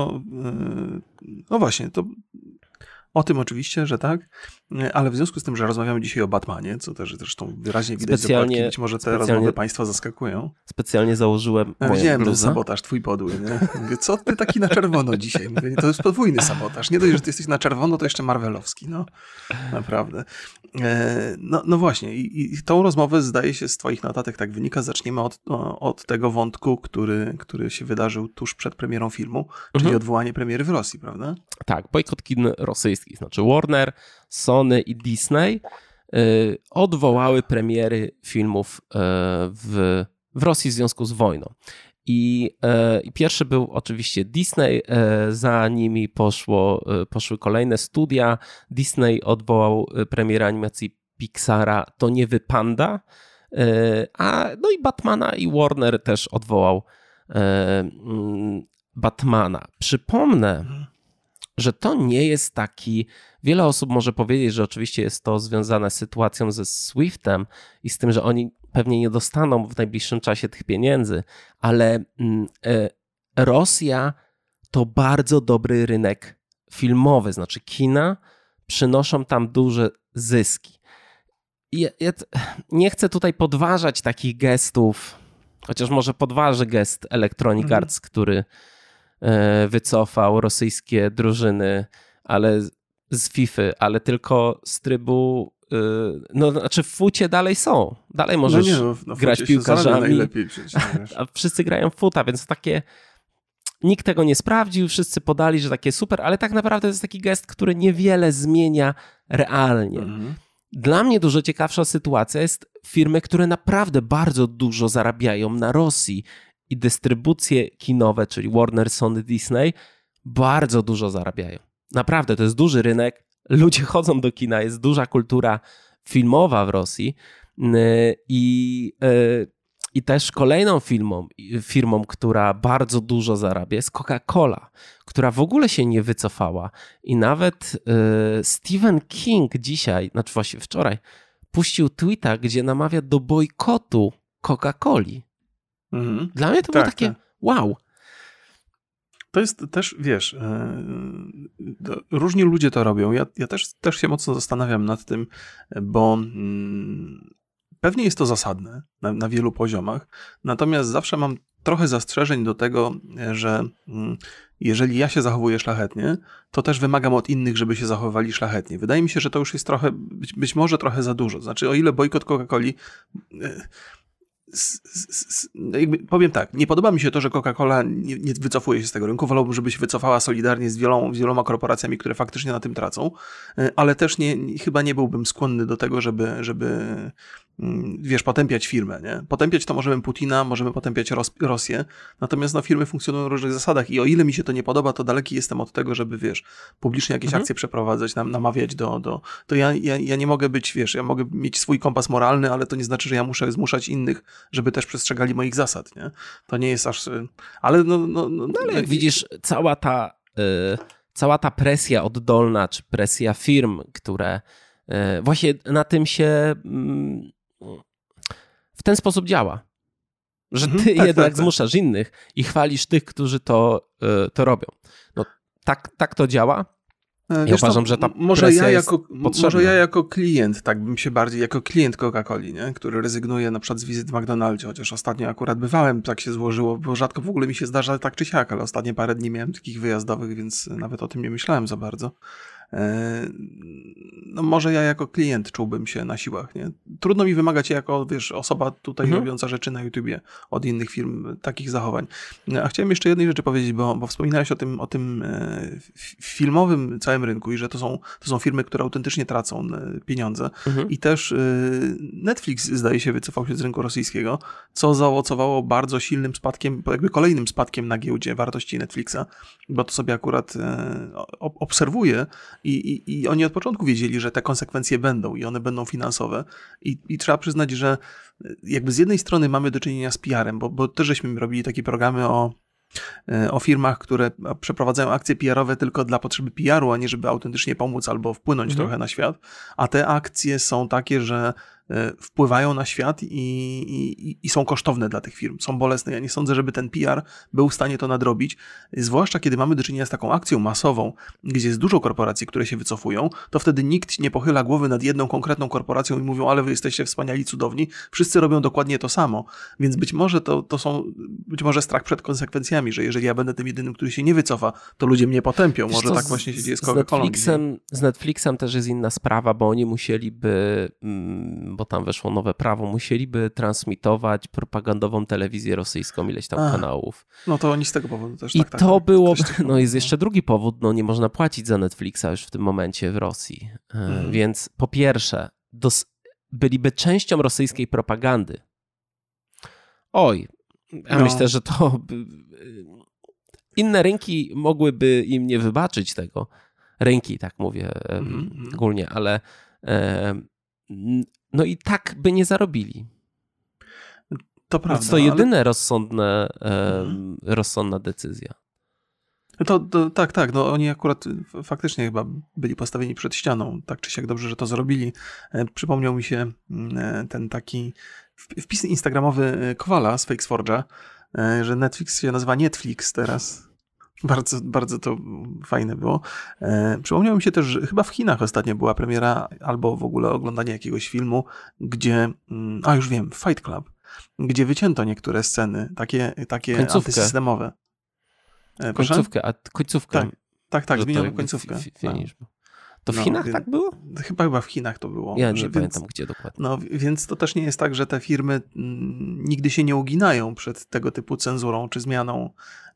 A: no właśnie, to o tym oczywiście, że tak, ale w związku z tym, że rozmawiamy dzisiaj o Batmanie, co też zresztą wyraźnie widać z okładki, być może te rozmowy Państwa zaskakują.
B: Specjalnie założyłem moją
A: widziałem
B: bluzę.
A: Ten sabotaż twój podły, nie? Mówię, co ty taki na czerwono dzisiaj? Mówię, to jest podwójny sabotaż. Nie dość, że ty jesteś na czerwono, to jeszcze marvelowski, no. Naprawdę. No właśnie i tą rozmowę, zdaje się, z twoich notatek tak wynika. Zaczniemy od tego wątku, który się wydarzył tuż przed premierą filmu, czyli odwołanie premiery w Rosji, prawda?
B: Tak, bojkot kin rosyjskich, znaczy Warner, Sony i Disney odwołały premiery filmów w Rosji w związku z wojną. I pierwszy był oczywiście Disney, za nimi poszły kolejne studia. Disney odwołał premierę animacji Pixara To nie wy Panda, no i Batmana i Warner też odwołał Batmana. Przypomnę, że to nie jest taki... Wiele osób może powiedzieć, że oczywiście jest to związane z sytuacją ze Swiftem i z tym, że oni pewnie nie dostaną w najbliższym czasie tych pieniędzy, ale Rosja to bardzo dobry rynek filmowy, znaczy kina przynoszą tam duże zyski. Ja nie chcę tutaj podważać takich gestów, chociaż może podważy gest Electronic Arts, który wycofał rosyjskie drużyny, ale z FIFA, ale tylko z trybu, no znaczy w fucie dalej są. Dalej możesz grać piłkarzami, a wszyscy grają w futa, więc takie nikt tego nie sprawdził, wszyscy podali, że takie super, ale tak naprawdę to jest taki gest, który niewiele zmienia realnie. Dla mnie dużo ciekawsza sytuacja jest firmy, które naprawdę bardzo dużo zarabiają na Rosji i dystrybucje kinowe, czyli Warner, Sony, Disney, bardzo dużo zarabiają. Naprawdę, to jest duży rynek, ludzie chodzą do kina, jest duża kultura filmowa w Rosji i też kolejną firmą, która bardzo dużo zarabia, jest Coca-Cola, która w ogóle się nie wycofała i nawet Stephen King dzisiaj, znaczy właściwie wczoraj, puścił tweeta, gdzie namawia do bojkotu Coca-Coli. Dla mnie to było takie wow.
A: To jest też, wiesz, różni ludzie to robią. Ja też się mocno zastanawiam nad tym, bo pewnie jest to zasadne na wielu poziomach, natomiast zawsze mam trochę zastrzeżeń do tego, że jeżeli ja się zachowuję szlachetnie, to też wymagam od innych, żeby się zachowywali szlachetnie. Wydaje mi się, że to już jest trochę, być może trochę za dużo. Znaczy, o ile bojkot Coca-Coli... Jakby powiem tak, nie podoba mi się to, że Coca-Cola nie wycofuje się z tego rynku. Wolałbym, żeby się wycofała solidarnie z wieloma korporacjami, które faktycznie na tym tracą, ale też chyba nie byłbym skłonny do tego, żeby wiesz, potępiać firmę, nie? Potępiać to możemy Putina, możemy potępiać Rosję, natomiast firmy funkcjonują na różnych zasadach i o ile mi się to nie podoba, to daleki jestem od tego, żeby, wiesz, publicznie jakieś akcje przeprowadzać, namawiać to ja nie mogę być, wiesz, ja mogę mieć swój kompas moralny, ale to nie znaczy, że ja muszę zmuszać innych, żeby też przestrzegali moich zasad, nie? To nie jest aż... Ale
B: ale jak widzisz, cała ta presja oddolna, czy presja firm, które właśnie na tym się w ten sposób działa. Że ty jednak zmuszasz innych i chwalisz tych, którzy to robią. No, tak to działa. Ja uważam, że ta
A: może ja
B: potrzebna.
A: jako klient, tak bym się bardziej, jako klient Coca-Coli, nie? Który rezygnuje na przykład z wizyt w McDonaldzie, chociaż ostatnio akurat bywałem, tak się złożyło, bo rzadko w ogóle mi się zdarza tak czy siak, ale ostatnie parę dni miałem takich wyjazdowych, więc nawet o tym nie myślałem za bardzo. No może ja jako klient czułbym się na siłach, nie? Trudno mi wymagać jako, osoba tutaj robiąca rzeczy na YouTubie od innych firm takich zachowań. A chciałem jeszcze jednej rzeczy powiedzieć, bo wspominałeś o tym filmowym całym rynku i że to są firmy, które autentycznie tracą pieniądze. I też Netflix, zdaje się, wycofał się z rynku rosyjskiego, co zaowocowało bardzo silnym spadkiem, jakby kolejnym spadkiem na giełdzie wartości Netflixa, bo to sobie akurat obserwuję. I oni od początku wiedzieli, że te konsekwencje będą i one będą finansowe. I trzeba przyznać, że jakby z jednej strony mamy do czynienia z PR-em, bo też żeśmy robili takie programy o firmach, które przeprowadzają akcje PR-owe tylko dla potrzeby PR-u, a nie żeby autentycznie pomóc albo wpłynąć trochę na świat. A te akcje są takie, że wpływają na świat i są kosztowne dla tych firm, są bolesne. Ja nie sądzę, żeby ten PR był w stanie to nadrobić, zwłaszcza kiedy mamy do czynienia z taką akcją masową, gdzie jest dużo korporacji, które się wycofują, to wtedy nikt nie pochyla głowy nad jedną konkretną korporacją i mówią, ale wy jesteście wspaniali, cudowni. Wszyscy robią dokładnie to samo, więc być może być może strach przed konsekwencjami, że jeżeli ja będę tym jedynym, który się nie wycofa, to ludzie mnie potępią. Wiesz, może tak właśnie się dzieje z Coca-Colą.
B: Z Netflixem też jest inna sprawa, bo oni musieliby, bo tam weszło nowe prawo, musieliby transmitować propagandową telewizję rosyjską, ileś tam kanałów.
A: No to oni z tego powodu też
B: I to było, no jest jeszcze drugi powód, no nie można płacić za Netflixa już w tym momencie w Rosji. Więc po pierwsze, byliby częścią rosyjskiej propagandy. Myślę, że to inne rynki mogłyby im nie wybaczyć tego. Rynki, tak mówię ogólnie, ale no i tak by nie zarobili.
A: To prawda.
B: Więc to jedyne rozsądna decyzja.
A: Tak, no oni akurat faktycznie chyba byli postawieni przed ścianą, tak czy siak dobrze, że to zrobili. Przypomniał mi się ten taki wpis instagramowy Kowala z FakesForge'a, że Netflix się nazywa Netflix teraz. Bardzo, bardzo to fajne było. Przypomniało mi się też, że chyba w Chinach ostatnio była premiera albo w ogóle oglądanie jakiegoś filmu, gdzie, już wiem, Fight Club, gdzie wycięto niektóre sceny, takie antysystemowe.
B: Końcówkę.
A: Tak, zmieniono końcówkę.
B: To w Chinach tak było?
A: Chyba w Chinach to było.
B: Ja nie pamiętam, gdzie dokładnie.
A: No, więc to też nie jest tak, że te firmy nigdy się nie uginają przed tego typu cenzurą czy zmianą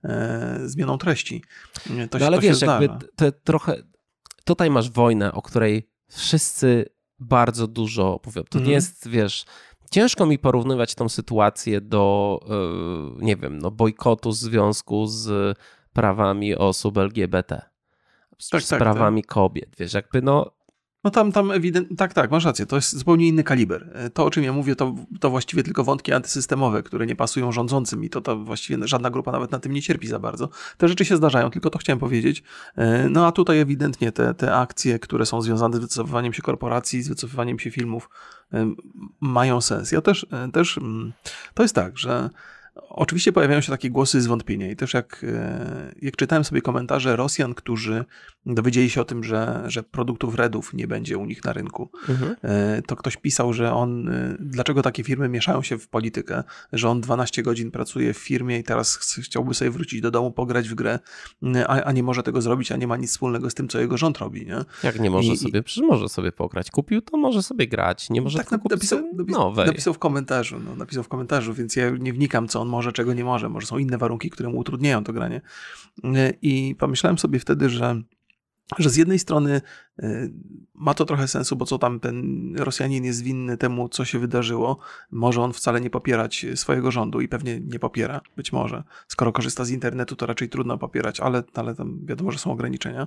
A: treści.
B: Ale wiesz, jakby trochę... Tutaj masz wojnę, o której wszyscy bardzo dużo opowiadają. To nie jest, wiesz... Ciężko mi porównywać tą sytuację do, nie wiem, bojkotu w związku z prawami osób LGBT. Z prawami kobiet, wiesz, jakby
A: No tam ewidentnie, tak, masz rację, to jest zupełnie inny kaliber. To, o czym ja mówię, to właściwie tylko wątki antysystemowe, które nie pasują rządzącym i to właściwie żadna grupa nawet na tym nie cierpi za bardzo. Te rzeczy się zdarzają, tylko to chciałem powiedzieć. No a tutaj ewidentnie te akcje, które są związane z wycofywaniem się korporacji, z wycofywaniem się filmów, mają sens. Ja też to jest tak, że oczywiście pojawiają się takie głosy zwątpienia i też jak czytałem sobie komentarze Rosjan, którzy dowiedzieli się o tym, że produktów Redów nie będzie u nich na rynku, to ktoś pisał, że dlaczego takie firmy mieszają się w politykę, że on 12 godzin pracuje w firmie i teraz chciałby sobie wrócić do domu, pograć w grę, a nie może tego zrobić, a nie ma nic wspólnego z tym, co jego rząd robi. Nie?
B: Jak nie może sobie? Przecież może sobie pograć. Kupił, to może sobie grać. Nie może tak kupić
A: napisał w komentarzu, więc ja nie wnikam, co on może, czego nie może. Może są inne warunki, które mu utrudniają to granie. I pomyślałem sobie wtedy, że z jednej strony ma to trochę sensu, bo co tam ten Rosjanin jest winny temu, co się wydarzyło. Może on wcale nie popierać swojego rządu i pewnie nie popiera, być może. Skoro korzysta z internetu, to raczej trudno popierać, ale tam wiadomo, że są ograniczenia.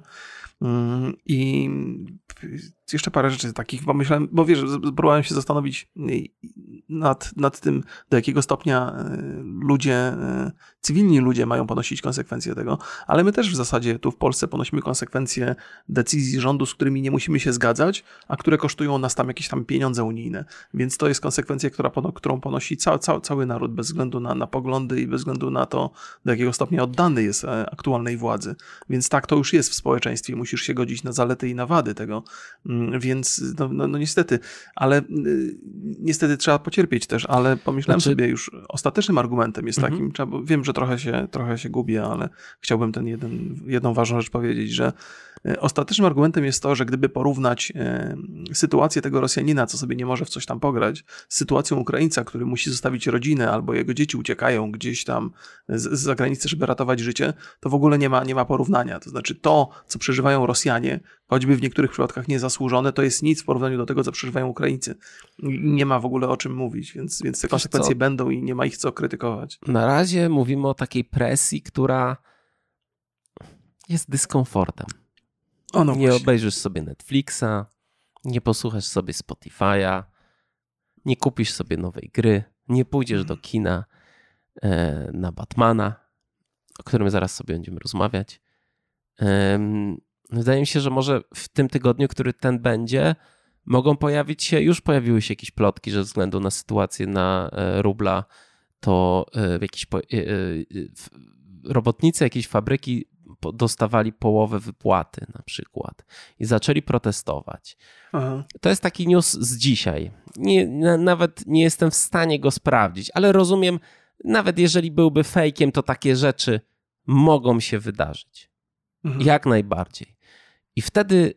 A: I jeszcze parę rzeczy takich pomyślałem, bo wiesz, próbowałem się zastanowić nad tym, do jakiego stopnia cywilni ludzie mają ponosić konsekwencje tego, ale my też w zasadzie tu w Polsce ponosimy konsekwencje decyzji rządu, z którymi nie musimy się zgadzać, a które kosztują nas tam jakieś tam pieniądze unijne. Więc to jest konsekwencja, którą ponosi cały naród bez względu na poglądy i bez względu na to, do jakiego stopnia oddany jest aktualnej władzy. Więc tak to już jest w społeczeństwie. Musisz się godzić na zalety i na wady tego. Więc no niestety, ale niestety trzeba pocierpieć też, ale pomyślałem sobie już, ostatecznym argumentem jest takim, bo wiem, że trochę się gubię, ale chciałbym jedną ważną rzecz powiedzieć, że ostatecznym argumentem jest to, że gdyby porównać sytuację tego Rosjanina, co sobie nie może w coś tam pograć, z sytuacją Ukraińca, który musi zostawić rodzinę, albo jego dzieci uciekają gdzieś tam z zagranicy, żeby ratować życie, to w ogóle nie ma porównania. To znaczy to, co przeżywają Rosjanie, choćby w niektórych przypadkach niezasłużone, to jest nic w porównaniu do tego, co przeżywają Ukraińcy. Nie ma w ogóle o czym mówić, więc te konsekwencje będą i nie ma ich co krytykować.
B: Na razie mówimy o takiej presji, która jest dyskomfortem. Nie obejrzysz sobie Netflixa, nie posłuchasz sobie Spotify'a, nie kupisz sobie nowej gry, nie pójdziesz do kina na Batmana, o którym zaraz sobie będziemy rozmawiać. Wydaje mi się, że może w tym tygodniu, który ten będzie, już pojawiły się jakieś plotki, że ze względu na sytuację na rubla, to robotnicy jakiejś fabryki dostawali połowę wypłaty na przykład i zaczęli protestować. Aha. To jest taki news z dzisiaj. Nawet nie jestem w stanie go sprawdzić, ale rozumiem, nawet jeżeli byłby fejkiem, to takie rzeczy mogą się wydarzyć. Jak najbardziej. I wtedy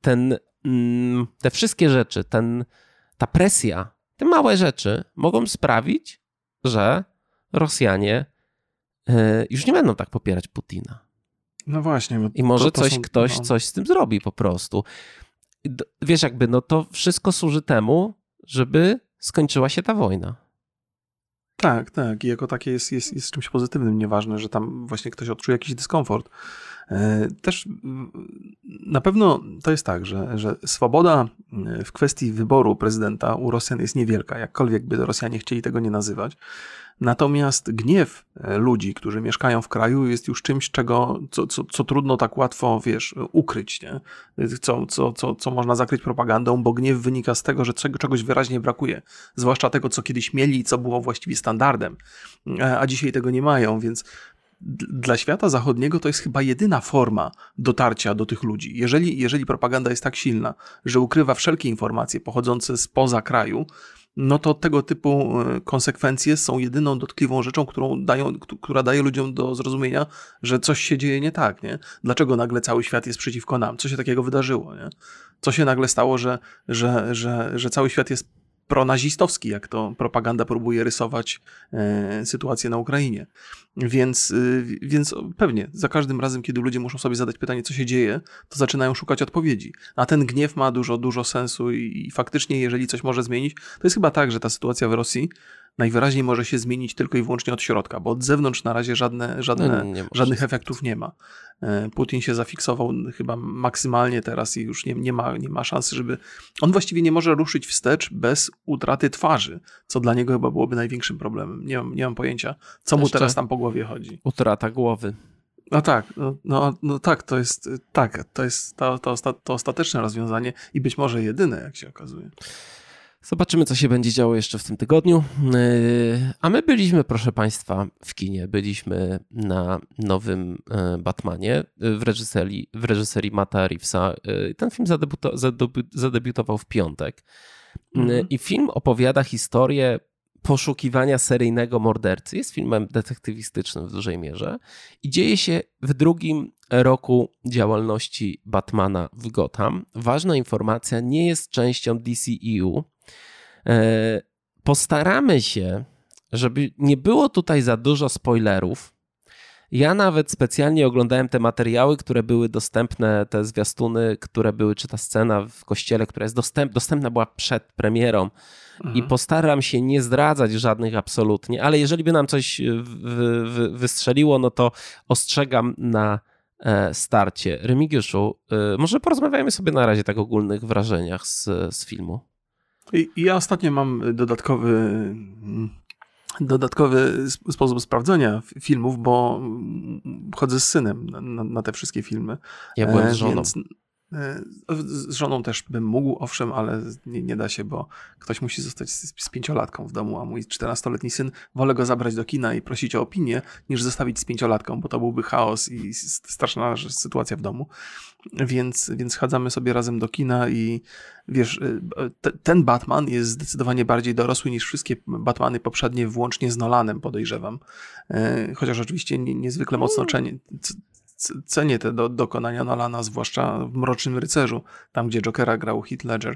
B: te wszystkie rzeczy, ta presja, te małe rzeczy mogą sprawić, że Rosjanie już nie będą tak popierać Putina.
A: No właśnie.
B: I może ktoś coś z tym zrobi po prostu. Wiesz, to wszystko służy temu, żeby skończyła się ta wojna.
A: Tak. I jako takie jest czymś pozytywnym. Nieważne, że tam właśnie ktoś odczuje jakiś dyskomfort. Też na pewno to jest tak, że swoboda w kwestii wyboru prezydenta u Rosjan jest niewielka, jakkolwiek by Rosjanie chcieli tego nie nazywać. Natomiast gniew ludzi, którzy mieszkają w kraju, jest już czymś, co trudno tak łatwo, ukryć, nie? Co można zakryć propagandą, bo gniew wynika z tego, że czegoś wyraźnie brakuje. Zwłaszcza tego, co kiedyś mieli i co było właściwie standardem, a dzisiaj tego nie mają, więc dla świata zachodniego to jest chyba jedyna forma dotarcia do tych ludzi. Jeżeli propaganda jest tak silna, że ukrywa wszelkie informacje pochodzące spoza kraju, no to tego typu konsekwencje są jedyną dotkliwą rzeczą, która daje ludziom do zrozumienia, że coś się dzieje nie tak, nie? Dlaczego nagle cały świat jest przeciwko nam? Co się takiego wydarzyło, nie? Co się nagle stało, że cały świat jest pronazistowski, jak to propaganda próbuje rysować sytuację na Ukrainie. Więc pewnie za każdym razem, kiedy ludzie muszą sobie zadać pytanie, co się dzieje, to zaczynają szukać odpowiedzi. A ten gniew ma dużo sensu i faktycznie, jeżeli coś może zmienić, to jest chyba tak, że ta sytuacja w Rosji najwyraźniej może się zmienić tylko i wyłącznie od środka, bo od zewnątrz na razie żadnych efektów nie ma. Putin się zafiksował chyba maksymalnie teraz i już nie ma szansy, żeby... On właściwie nie może ruszyć wstecz bez utraty twarzy, co dla niego chyba byłoby największym problemem. Nie mam pojęcia, co mu teraz tam po głowie chodzi.
B: Utrata głowy.
A: No tak, tak, to jest to ostateczne rozwiązanie i być może jedyne, jak się okazuje.
B: Zobaczymy, co się będzie działo jeszcze w tym tygodniu. A my byliśmy, proszę Państwa, w kinie. Byliśmy na nowym Batmanie w reżyserii Matta Reevesa. Ten film zadebiutował w piątek. I film opowiada historię poszukiwania seryjnego mordercy. Jest filmem detektywistycznym w dużej mierze i dzieje się w drugim roku działalności Batmana w Gotham. Ważna informacja, nie jest częścią DCEU. Postaramy się, żeby nie było tutaj za dużo spoilerów. Ja nawet specjalnie oglądałem te materiały, które były dostępne, te zwiastuny, które były, czy ta scena w kościele, która jest dostępna była przed premierą. I postaram się nie zdradzać żadnych absolutnie, ale jeżeli by nam coś wystrzeliło, no to ostrzegam na starcie. Remigiuszu, może porozmawiajmy sobie na razie tak o ogólnych wrażeniach z filmu.
A: Ja ostatnio mam dodatkowy sposób sprawdzenia filmów, bo chodzę z synem na te wszystkie filmy.
B: Ja byłem z żoną.
A: Z żoną też bym mógł, owszem, ale nie da się, bo ktoś musi zostać z 5-latką w domu, a mój 14-letni syn, wolę go zabrać do kina i prosić o opinię, niż zostawić z 5-latką, bo to byłby chaos i straszna sytuacja w domu. Więc chadzamy sobie razem do kina i wiesz, ten Batman jest zdecydowanie bardziej dorosły niż wszystkie Batmany poprzednie, włącznie z Nolanem, podejrzewam. Chociaż oczywiście niezwykle mocno cenię te dokonania Nolana, zwłaszcza w Mrocznym Rycerzu, tam gdzie Jokera grał Heath Ledger.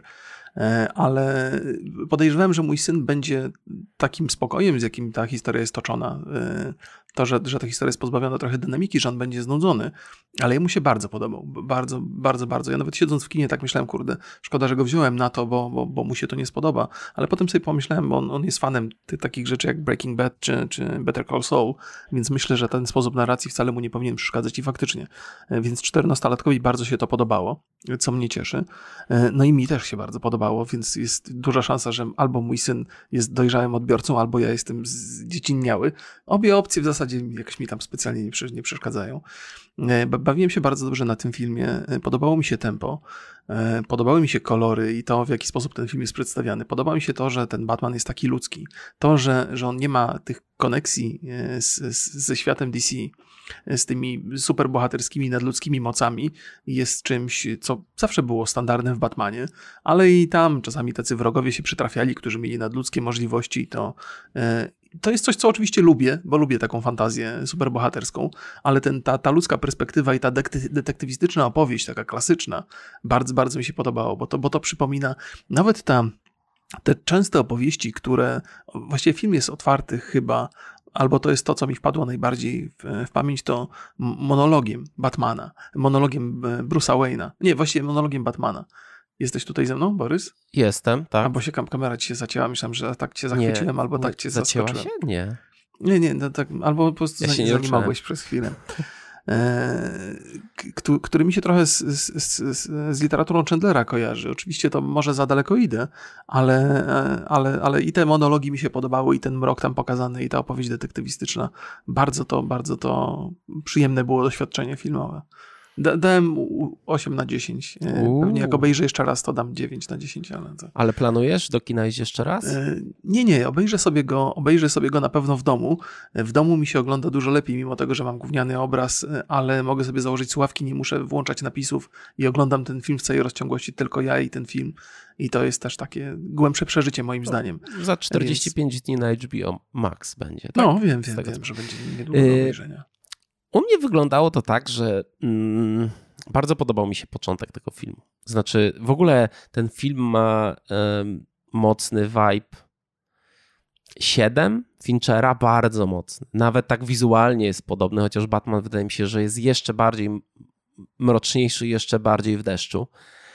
A: Ale podejrzewałem, że mój syn będzie takim spokojem, z jakim ta historia jest toczona. To, że ta historia jest pozbawiona trochę dynamiki, że on będzie znudzony, ale jemu się bardzo podobał. Bardzo, bardzo, bardzo. Ja nawet siedząc w kinie tak myślałem, kurde, szkoda, że go wziąłem na to, bo mu się to nie spodoba. Ale potem sobie pomyślałem, bo on jest fanem takich rzeczy jak Breaking Bad czy Better Call Saul, więc myślę, że ten sposób narracji wcale mu nie powinien przeszkadzać i faktycznie. Więc 14-latkowi bardzo się to podobało, co mnie cieszy. No i mi też się bardzo podobało, więc jest duża szansa, że albo mój syn jest dojrzałym odbiorcą, albo ja jestem zdziecinniały. Obie opcje w zasadzie jakoś mi tam specjalnie nie przeszkadzają. Bawiłem się bardzo dobrze na tym filmie. Podobało mi się tempo, podobały mi się kolory i to, w jaki sposób ten film jest przedstawiany. Podoba mi się to, że ten Batman jest taki ludzki. To, że on nie ma tych koneksji ze światem DC, z tymi superbohaterskimi, nadludzkimi mocami, jest czymś, co zawsze było standardem w Batmanie, ale i tam czasami tacy wrogowie się przytrafiali, którzy mieli nadludzkie możliwości i to jest coś, co oczywiście lubię, bo lubię taką fantazję superbohaterską, ale ta ludzka perspektywa i ta detektywistyczna opowieść, taka klasyczna, bardzo, bardzo mi się podobało, bo to przypomina nawet te częste opowieści, które właściwie film jest otwarty chyba, albo to jest to, co mi wpadło najbardziej w pamięć, to monologiem Batmana, monologiem Bruce'a Wayne'a. Nie, właściwie monologiem Batmana. Jesteś tutaj ze mną, Borys?
B: Jestem, tak.
A: Albo się kamera ci się zacięła, myślałem, że tak cię zachwyciłem, albo tak cię zaskoczyłem.
B: Zacięła się? Nie.
A: Nie, no tak, albo po prostu zanimałeś przez chwilę. Który mi się trochę z literaturą Chandlera kojarzy. Oczywiście to może za daleko idę, ale i te monologi mi się podobały, i ten mrok tam pokazany, i ta opowieść detektywistyczna. Bardzo to przyjemne było doświadczenie filmowe. Dałem 8/10. Pewnie jak obejrzę jeszcze raz, to dam 9/10.
B: Ale planujesz do kina iść jeszcze raz?
A: Nie. Obejrzę sobie go na pewno w domu. W domu mi się ogląda dużo lepiej, mimo tego, że mam gówniany obraz, ale mogę sobie założyć słuchawki, nie muszę włączać napisów i oglądam ten film w całej rozciągłości, tylko ja i ten film. I to jest też takie głębsze przeżycie moim zdaniem.
B: Za 45 dni na HBO Max będzie. Tak?
A: No, wiem, że będzie niedługo do obejrzenia.
B: U mnie wyglądało to tak, że bardzo podobał mi się początek tego filmu. Znaczy, w ogóle ten film ma mocny vibe 7 Finchera, bardzo mocny. Nawet tak wizualnie jest podobny, chociaż Batman wydaje mi się, że jest jeszcze bardziej mroczniejszy, jeszcze bardziej w deszczu.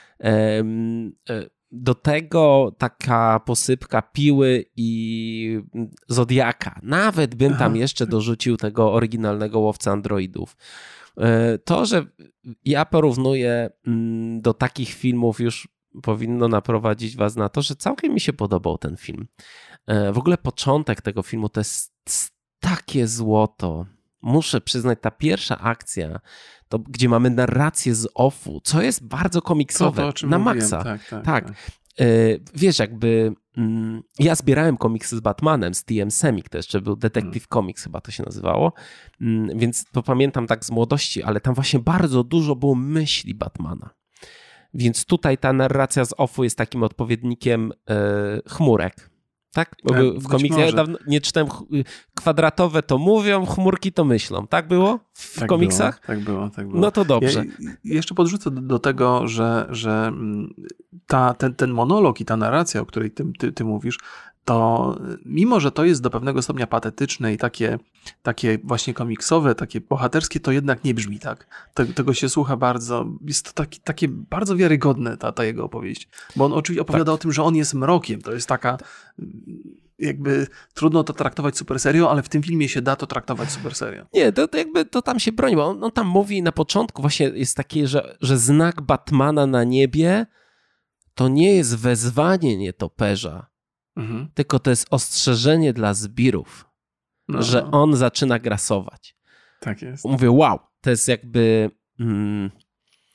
B: Do tego taka posypka Piły i Zodiaka. Nawet bym tam jeszcze dorzucił tego oryginalnego Łowcy Androidów. To, że ja porównuję do takich filmów, już powinno naprowadzić was na to, że całkiem mi się podobał ten film. W ogóle początek tego filmu to jest takie złoto. Muszę przyznać, ta pierwsza akcja, to gdzie mamy narrację z offu, co jest bardzo komiksowe,
A: o czym
B: na
A: mówiłem.
B: maksa.
A: Tak.
B: Wiesz, jakby ja zbierałem komiksy z Batmanem, z TM Semik, to jeszcze był Detective Comics chyba to się nazywało, więc to pamiętam tak z młodości, ale tam właśnie bardzo dużo było myśli Batmana. Więc tutaj ta narracja z offu jest takim odpowiednikiem chmurek. Tak? W komiksach ja dawno nie czytałem. Kwadratowe to mówią, chmurki to myślą. Tak było w komiksach?
A: Tak było.
B: No to dobrze.
A: Ja jeszcze podrzucę do tego, że ten monolog i ta narracja, o której ty mówisz, to mimo, że to jest do pewnego stopnia patetyczne i takie właśnie komiksowe, takie bohaterskie, to jednak nie brzmi tak. Tego się słucha bardzo, jest to takie bardzo wiarygodne ta jego opowieść. Bo on oczywiście opowiada o tym, że on jest mrokiem. To jest taka jakby trudno to traktować super serio, ale w tym filmie się da to traktować super serio.
B: Nie, to jakby to tam się broni, bo on tam mówi na początku właśnie jest takie, że znak Batmana na niebie to nie jest wezwanie nietoperza, tylko to jest ostrzeżenie dla zbirów, że on zaczyna grasować.
A: Tak jest.
B: Mówię, wow, to jest jakby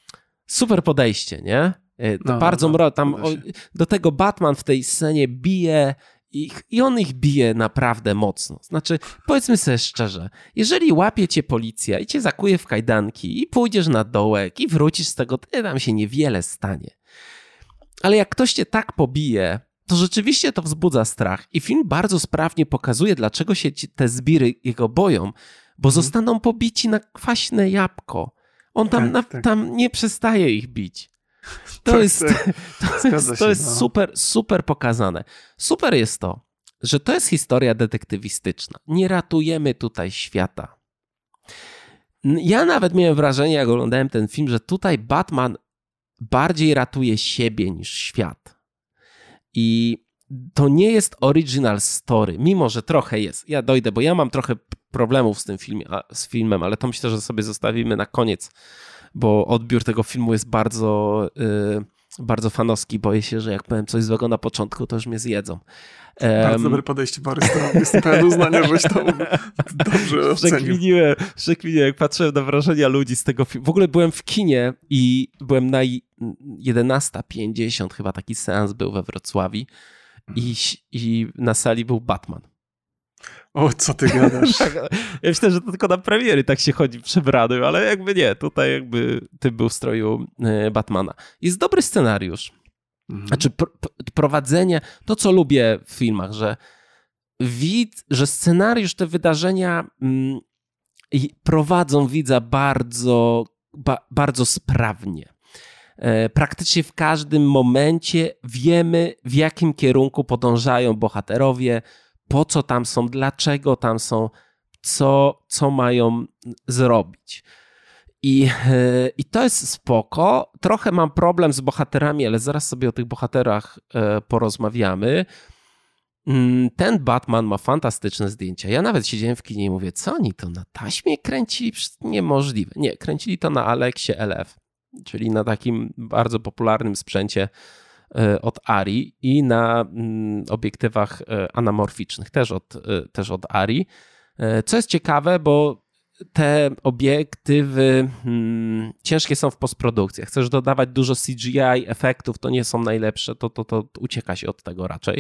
B: Super podejście, nie? Bardzo do tego Batman w tej scenie bije i on ich bije naprawdę mocno. Znaczy, powiedzmy sobie szczerze, jeżeli łapie cię policja i cię zakuje w kajdanki i pójdziesz na dołek i wrócisz z tego, to tam się niewiele stanie. Ale jak ktoś cię tak pobije, to rzeczywiście to wzbudza strach. I film bardzo sprawnie pokazuje, dlaczego się te zbiry jego boją, bo zostaną pobici na kwaśne jabłko. On tam nie przestaje ich bić. To jest super pokazane. Super jest to, że to jest historia detektywistyczna. Nie ratujemy tutaj świata. Ja nawet miałem wrażenie, jak oglądałem ten film, że tutaj Batman bardziej ratuje siebie niż świat. I to nie jest original story, mimo że trochę jest. Ja dojdę, bo ja mam trochę problemów z filmem, ale to myślę, że sobie zostawimy na koniec, bo odbiór tego filmu jest bardzo, bardzo fanowski. Boję się, że jak powiem coś złego na początku, to już mnie zjedzą.
A: Bardzo dobre podejście, Borys. Jestem pełen uznania, żeś to dobrze ocenił.
B: Przekminiłem, jak patrzyłem na wrażenia ludzi z tego filmu. W ogóle byłem w kinie i byłem na 11:50, chyba taki seans był we Wrocławiu i na sali był Batman.
A: O, co ty gadasz?
B: Ja myślę, że to tylko na premiery tak się chodzi przebranym, ale jakby nie, tutaj jakby ty był w stroju Batmana. Jest dobry scenariusz. Znaczy prowadzenie, to co lubię w filmach, że scenariusz, te wydarzenia prowadzą widza bardzo, bardzo sprawnie. Praktycznie w każdym momencie wiemy, w jakim kierunku podążają bohaterowie, po co tam są, dlaczego tam są, co mają zrobić. I to jest spoko. Trochę mam problem z bohaterami, ale zaraz sobie o tych bohaterach porozmawiamy. Ten Batman ma fantastyczne zdjęcia. Ja nawet siedziałem w kinie i mówię, co oni to na taśmie kręcili? Niemożliwe. Nie, kręcili to na Alexie LF, czyli na takim bardzo popularnym sprzęcie od Arri i na obiektywach anamorficznych, też od Arri. Co jest ciekawe, bo te obiektywy ciężkie są w postprodukcji. Jak chcesz dodawać dużo CGI efektów, to nie są najlepsze, to ucieka się od tego raczej.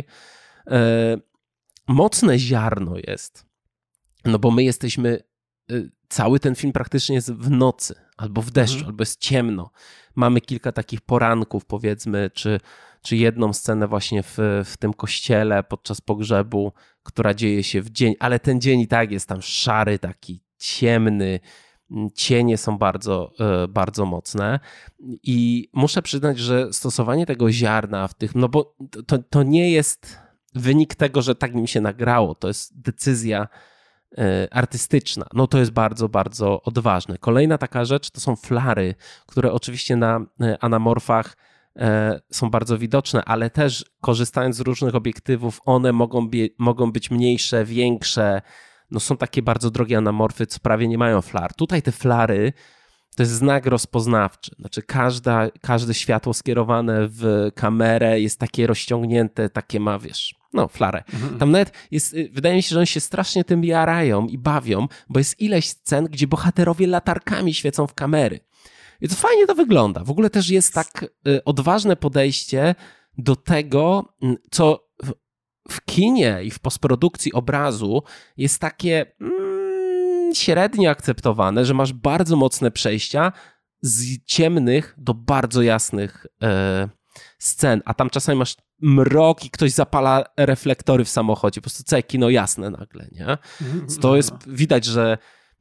B: Mocne ziarno jest, no bo my jesteśmy, cały ten film praktycznie jest w nocy, albo w deszczu, albo jest ciemno. Mamy kilka takich poranków, powiedzmy, czy jedną scenę właśnie w tym kościele podczas pogrzebu, która dzieje się w dzień, ale ten dzień i tak jest tam szary, taki ciemny, cienie są bardzo, bardzo mocne i muszę przyznać, że stosowanie tego ziarna w tych, no bo to nie jest wynik tego, że tak mi się nagrało, to jest decyzja artystyczna, no to jest bardzo, bardzo odważne. Kolejna taka rzecz to są flary, które oczywiście na anamorfach są bardzo widoczne, ale też korzystając z różnych obiektywów, one mogą być mniejsze, większe. No są takie bardzo drogie anamorfy, co prawie nie mają flar. Tutaj te flary to jest znak rozpoznawczy. Znaczy każde światło skierowane w kamerę jest takie rozciągnięte, takie ma, wiesz, no flarę. Tam nawet jest, wydaje mi się, że oni się strasznie tym jarają i bawią, bo jest ileś scen, gdzie bohaterowie latarkami świecą w kamery. I to fajnie to wygląda. W ogóle też jest tak odważne podejście do tego, co w kinie i w postprodukcji obrazu jest takie średnio akceptowane, że masz bardzo mocne przejścia z ciemnych do bardzo jasnych scen, a tam czasami masz mrok i ktoś zapala reflektory w samochodzie, po prostu całe kino jasne nagle, nie? To jest, widać, że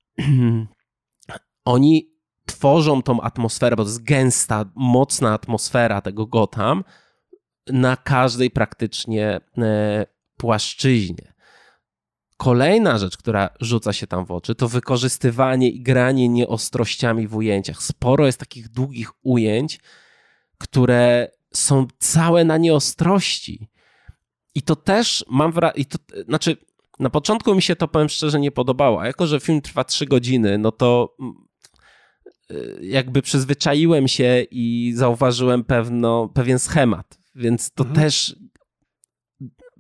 B: oni tworzą tą atmosferę, bo to jest gęsta, mocna atmosfera tego Gotham na każdej praktycznie płaszczyźnie. Kolejna rzecz, która rzuca się tam w oczy, to wykorzystywanie i granie nieostrościami w ujęciach. Sporo jest takich długich ujęć, które są całe na nieostrości. I to też znaczy na początku mi się to, powiem szczerze, nie podobało, a jako że film trwa 3 godziny, no to jakby przyzwyczaiłem się i zauważyłem pewien schemat, więc to też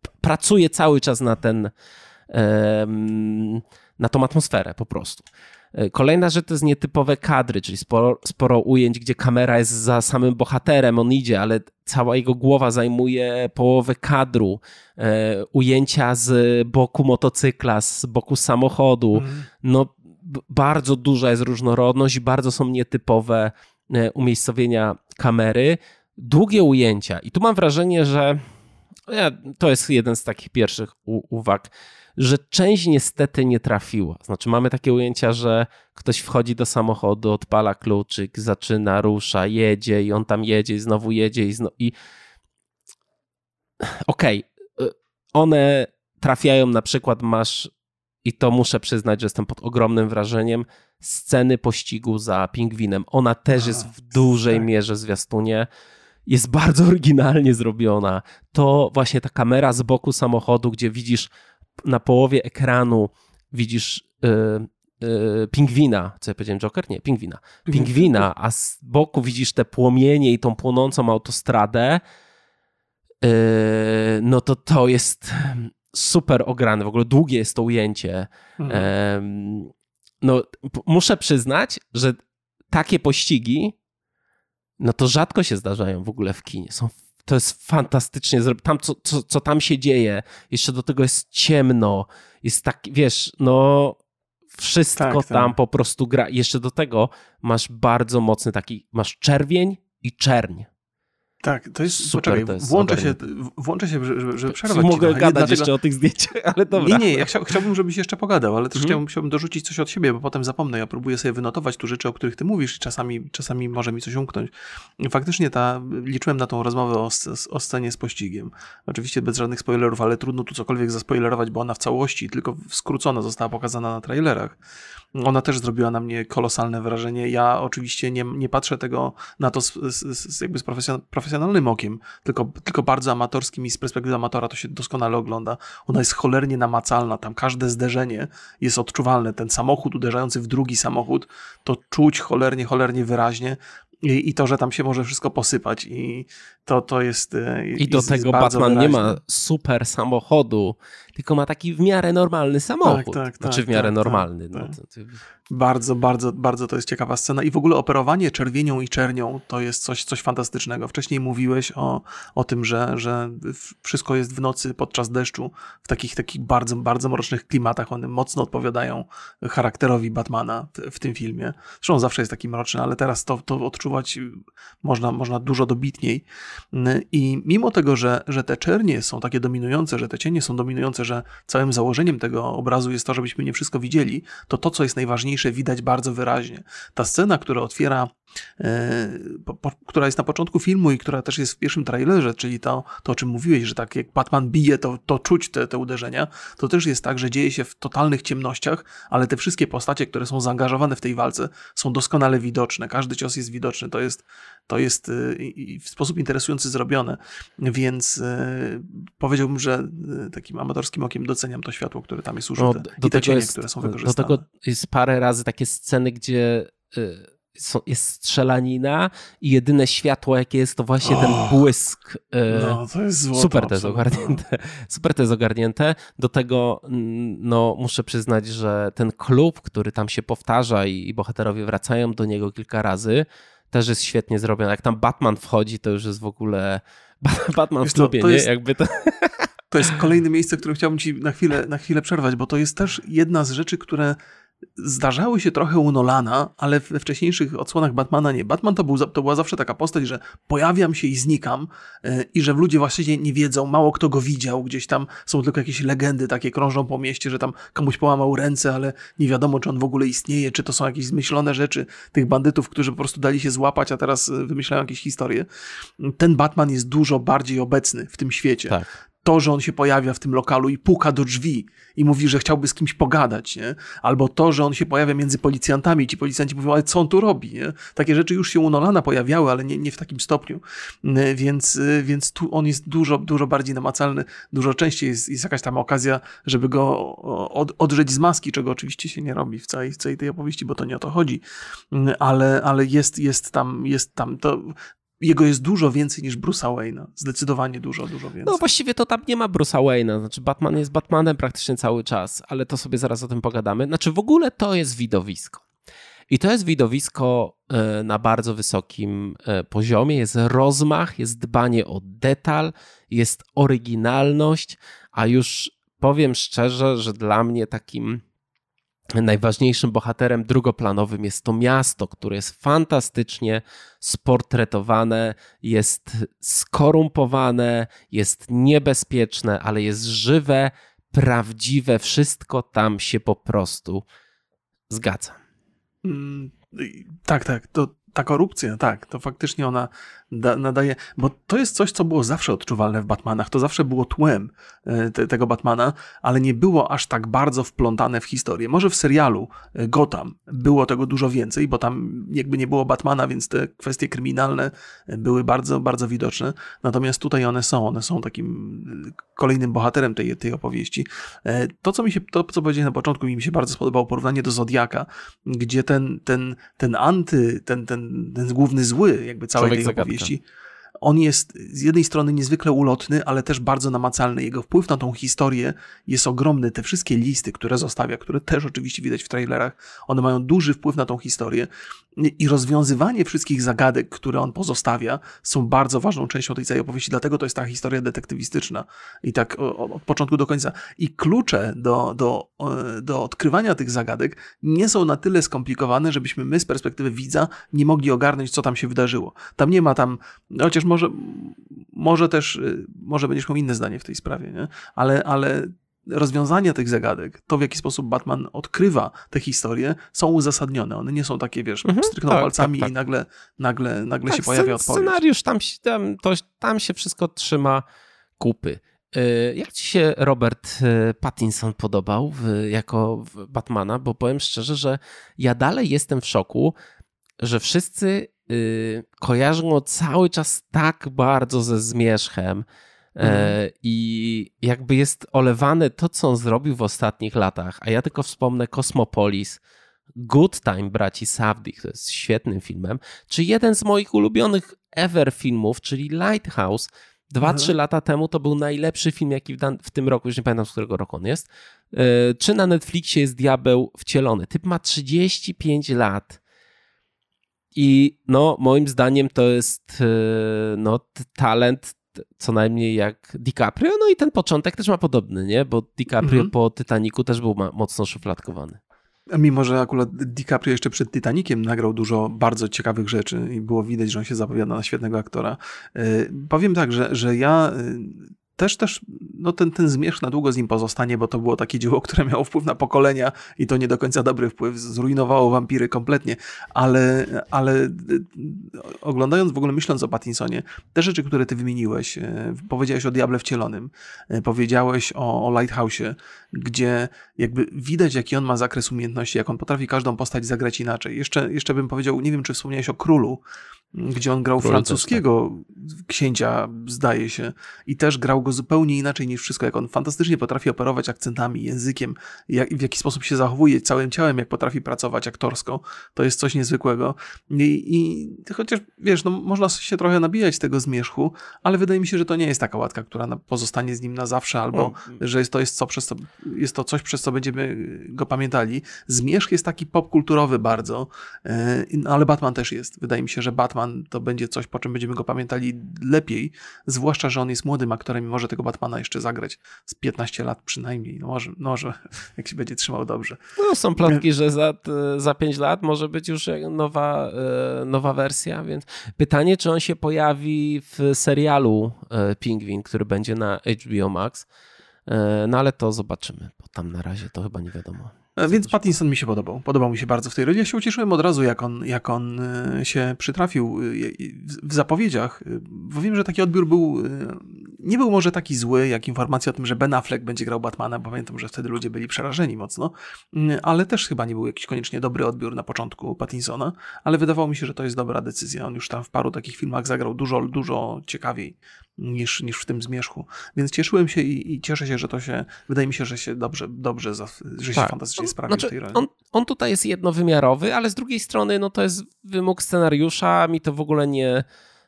B: pracuje cały czas na tą atmosferę po prostu. Kolejna rzecz to jest nietypowe kadry, czyli sporo ujęć, gdzie kamera jest za samym bohaterem, on idzie, ale cała jego głowa zajmuje połowę kadru. Ujęcia z boku motocykla, z boku samochodu. No, bardzo duża jest różnorodność, bardzo są nietypowe umiejscowienia kamery. Długie ujęcia. I tu mam wrażenie, że to jest jeden z takich pierwszych uwag, że część niestety nie trafiła. Znaczy mamy takie ujęcia, że ktoś wchodzi do samochodu, odpala kluczyk, zaczyna, rusza, jedzie i on tam jedzie i znowu jedzie i okej, one trafiają, na przykład masz, i to muszę przyznać, że jestem pod ogromnym wrażeniem, sceny pościgu za pingwinem. Ona też jest w dużej mierze w zwiastunie. Jest bardzo oryginalnie zrobiona. To właśnie ta kamera z boku samochodu, gdzie widzisz na połowie ekranu widzisz pingwina. Co ja powiedziałem, Joker? Nie, pingwina. Pingwina, a z boku widzisz te płomienie i tą płonącą autostradę. No to jest super ograne. W ogóle długie jest to ujęcie. No, muszę przyznać, że takie pościgi no to rzadko się zdarzają w ogóle w kinie. To jest fantastycznie zrobione. Tam, co tam się dzieje, jeszcze do tego jest ciemno, jest tak, wiesz, no wszystko tam po prostu gra. Jeszcze do tego masz bardzo mocny taki, masz czerwień i czerń.
A: Tak, to jest
B: super.
A: Poczekaj,
B: To jest
A: włączę się, żeby przerwać.
B: Mogę gadać jeszcze o tych zdjęciach, ale dobra.
A: Nie, ja chciałbym, żebyś jeszcze pogadał, ale też chciałbym dorzucić coś od siebie, bo potem zapomnę. Ja próbuję sobie wynotować tu rzeczy, o których ty mówisz i czasami może mi coś umknąć. Faktycznie liczyłem na tą rozmowę o scenie z pościgiem. Oczywiście bez żadnych spoilerów, ale trudno tu cokolwiek zaspoilerować, bo ona w całości, tylko skrócona została pokazana na trailerach. Ona też zrobiła na mnie kolosalne wrażenie. Ja oczywiście nie patrzę na to jakby z profesjonalnym okiem, tylko bardzo amatorskim i z perspektywy amatora to się doskonale ogląda. Ona jest cholernie namacalna, tam każde zderzenie jest odczuwalne. Ten samochód uderzający w drugi samochód, to czuć cholernie wyraźnie. I to, że tam się może wszystko posypać i to jest
B: I do tego Batman wyraźne. Nie ma super samochodu, tylko ma taki w miarę normalny samochód. Znaczy w miarę normalny.
A: Tak. Bardzo to jest ciekawa scena i w ogóle operowanie czerwienią i czernią to jest coś fantastycznego. Wcześniej mówiłeś o tym, że wszystko jest w nocy podczas deszczu w takich bardzo, bardzo mrocznych klimatach. One mocno odpowiadają charakterowi Batmana w tym filmie. Zresztą zawsze jest taki mroczny, ale teraz to odczuwać można dużo dobitniej. I mimo tego, że te czernie są takie dominujące, że te cienie są dominujące, że całym założeniem tego obrazu jest to, żebyśmy nie wszystko widzieli, to co jest najważniejsze, widać bardzo wyraźnie. Ta scena, która otwiera, która jest na początku filmu i która też jest w pierwszym trailerze, czyli to o czym mówiłeś, że tak jak Batman bije, to czuć te uderzenia, to też jest tak, że dzieje się w totalnych ciemnościach, ale te wszystkie postacie, które są zaangażowane w tej walce, są doskonale widoczne. Każdy cios jest widoczny. To jest w sposób interesujący zrobione, więc powiedziałbym, że takim amatorskim okiem doceniam to światło, które tam jest użyte i te cienie, które są wykorzystane.
B: Do tego jest parę razy takie sceny, gdzie jest strzelanina i jedyne światło, jakie jest, to właśnie ten błysk.
A: No, to jest złoto.
B: Super to jest ogarnięte. Do tego muszę przyznać, że ten klub, który tam się powtarza i bohaterowie wracają do niego kilka razy, też jest świetnie zrobione. Jak tam Batman wchodzi, to już jest w ogóle Batman w klubie, nie? Jakby to...
A: To jest kolejne miejsce, które chciałbym ci na chwilę przerwać, bo to jest też jedna z rzeczy, które zdarzały się trochę u Nolana, ale we wcześniejszych odsłonach Batmana nie. Batman to była zawsze taka postać, że pojawiam się i znikam i że ludzie właściwie nie wiedzą, mało kto go widział, gdzieś tam są tylko jakieś legendy takie krążą po mieście, że tam komuś połamał ręce, ale nie wiadomo, czy on w ogóle istnieje, czy to są jakieś zmyślone rzeczy tych bandytów, którzy po prostu dali się złapać, a teraz wymyślają jakieś historie. Ten Batman jest dużo bardziej obecny w tym świecie.
B: Tak.
A: To, że on się pojawia w tym lokalu i puka do drzwi i mówi, że chciałby z kimś pogadać, nie? Albo to, że on się pojawia między policjantami i ci policjanci mówią, ale co on tu robi, nie? Takie rzeczy już się u Nolana pojawiały, ale nie w takim stopniu. Więc tu on jest dużo bardziej namacalny, dużo częściej jest jakaś tam okazja, żeby go odrzeć z maski, czego oczywiście się nie robi w całej tej opowieści, bo to nie o to chodzi. Ale jest tam to... jego jest dużo więcej niż Bruce'a Wayne'a. Zdecydowanie dużo więcej.
B: No właściwie to tam nie ma Bruce'a Wayne'a. Znaczy Batman jest Batmanem praktycznie cały czas, ale to sobie zaraz o tym pogadamy. Znaczy w ogóle to jest widowisko. I to jest widowisko na bardzo wysokim poziomie. Jest rozmach, jest dbanie o detal, jest oryginalność, a już powiem szczerze, że dla mnie takim najważniejszym bohaterem drugoplanowym jest to miasto, które jest fantastycznie sportretowane, jest skorumpowane, jest niebezpieczne, ale jest żywe, prawdziwe. Wszystko tam się po prostu zgadza.
A: Tak. Ta korupcja, tak, to faktycznie ona nadaje, bo to jest coś, co było zawsze odczuwalne w Batmanach, to zawsze było tłem tego Batmana, ale nie było aż tak bardzo wplątane w historię. Może w serialu Gotham było tego dużo więcej, bo tam jakby nie było Batmana, więc te kwestie kryminalne były bardzo, bardzo widoczne, natomiast tutaj one są takim kolejnym bohaterem tej opowieści. To, co powiedziałem na początku, mi się bardzo spodobało porównanie do Zodiaka, gdzie ten główny zły jakby całej tej opowieści, on jest z jednej strony niezwykle ulotny, ale też bardzo namacalny. Jego wpływ na tą historię jest ogromny. Te wszystkie listy, które zostawia, które też oczywiście widać w trailerach, one mają duży wpływ na tą historię i rozwiązywanie wszystkich zagadek, które on pozostawia, są bardzo ważną częścią tej całej opowieści. Dlatego to jest ta historia detektywistyczna i tak od początku do końca. I klucze do odkrywania tych zagadek nie są na tyle skomplikowane, żebyśmy my z perspektywy widza nie mogli ogarnąć, co tam się wydarzyło. Tam nie ma chociaż może będziesz miał inne zdanie w tej sprawie, nie? Ale rozwiązania tych zagadek, to w jaki sposób Batman odkrywa te historie, są uzasadnione. One nie są takie, strykną palcami i nagle się pojawia odpowiedź.
B: Scenariusz, tam się wszystko trzyma kupy. Jak ci się Robert Pattinson podobał jako Batmana? Bo powiem szczerze, że ja dalej jestem w szoku, że wszyscy kojarzą go cały czas tak bardzo ze zmierzchem i jakby jest olewane to, co on zrobił w ostatnich latach, a ja tylko wspomnę Cosmopolis, Good Time braci Safdie, to jest świetnym filmem, czy jeden z moich ulubionych ever filmów, czyli Lighthouse. 2-3 lata temu to był najlepszy film, jaki w tym roku, już nie pamiętam, z którego roku on jest. Czy na Netflixie jest Diabeł Wcielony. Typ ma 35 lat. I moim zdaniem to jest talent co najmniej jak DiCaprio. No i ten początek też ma podobny, nie? Bo DiCaprio po Titanicu też był mocno szufladkowany.
A: Mimo, że akurat DiCaprio jeszcze przed Titaniciem nagrał dużo bardzo ciekawych rzeczy i było widać, że on się zapowiada na świetnego aktora. Powiem tak, że ja też ten zmierzch na długo z nim pozostanie, bo to było takie dzieło, które miało wpływ na pokolenia i to nie do końca dobry wpływ, zrujnowało wampiry kompletnie, ale oglądając w ogóle, myśląc o Pattinsonie, te rzeczy, które ty wymieniłeś, powiedziałeś o Diable Wcielonym, powiedziałeś o Lighthouse'ie, gdzie jakby widać, jaki on ma zakres umiejętności, jak on potrafi każdą postać zagrać inaczej. Jeszcze bym powiedział, nie wiem, czy wspomniałeś o Królu, gdzie on grał francuskiego księcia, zdaje się, i też grał go zupełnie inaczej niż wszystko, jak on fantastycznie potrafi operować akcentami, językiem, w jaki sposób się zachowuje całym ciałem, jak potrafi pracować aktorsko, to jest coś niezwykłego. I chociaż, można się trochę nabijać z tego zmierzchu, ale wydaje mi się, że to nie jest taka łatka, która pozostanie z nim na zawsze, albo że jest to coś, przez co będziemy go pamiętali. Zmierzch jest taki popkulturowy bardzo, ale Batman też jest. Wydaje mi się, że Batman to będzie coś, po czym będziemy go pamiętali lepiej, zwłaszcza, że on jest młodym aktorem i może tego Batmana jeszcze zagrać z 15 lat przynajmniej. Może jak się będzie trzymał dobrze.
B: Są plotki, że za 5 lat może być już nowa wersja, więc pytanie, czy on się pojawi w serialu Pingwin, który będzie na HBO Max, ale to zobaczymy, bo tam na razie to chyba nie wiadomo.
A: Więc Pattinson mi się podobał. Podobał mi się bardzo w tej roli. Ja się ucieszyłem od razu, jak on się przytrafił w zapowiedziach, bo wiem, że taki odbiór nie był może taki zły, jak informacja o tym, że Ben Affleck będzie grał Batmana, bo pamiętam, że wtedy ludzie byli przerażeni mocno, ale też chyba nie był jakiś koniecznie dobry odbiór na początku Pattinsona, ale wydawało mi się, że to jest dobra decyzja. On już tam w paru takich filmach zagrał dużo ciekawiej niż w tym zmierzchu. Więc cieszyłem się i cieszę się, że wydaje mi się, że się dobrze że się fantastycznie sprawił w tej roli.
B: On tutaj jest jednowymiarowy, ale z drugiej strony to jest wymóg scenariusza, mi to w ogóle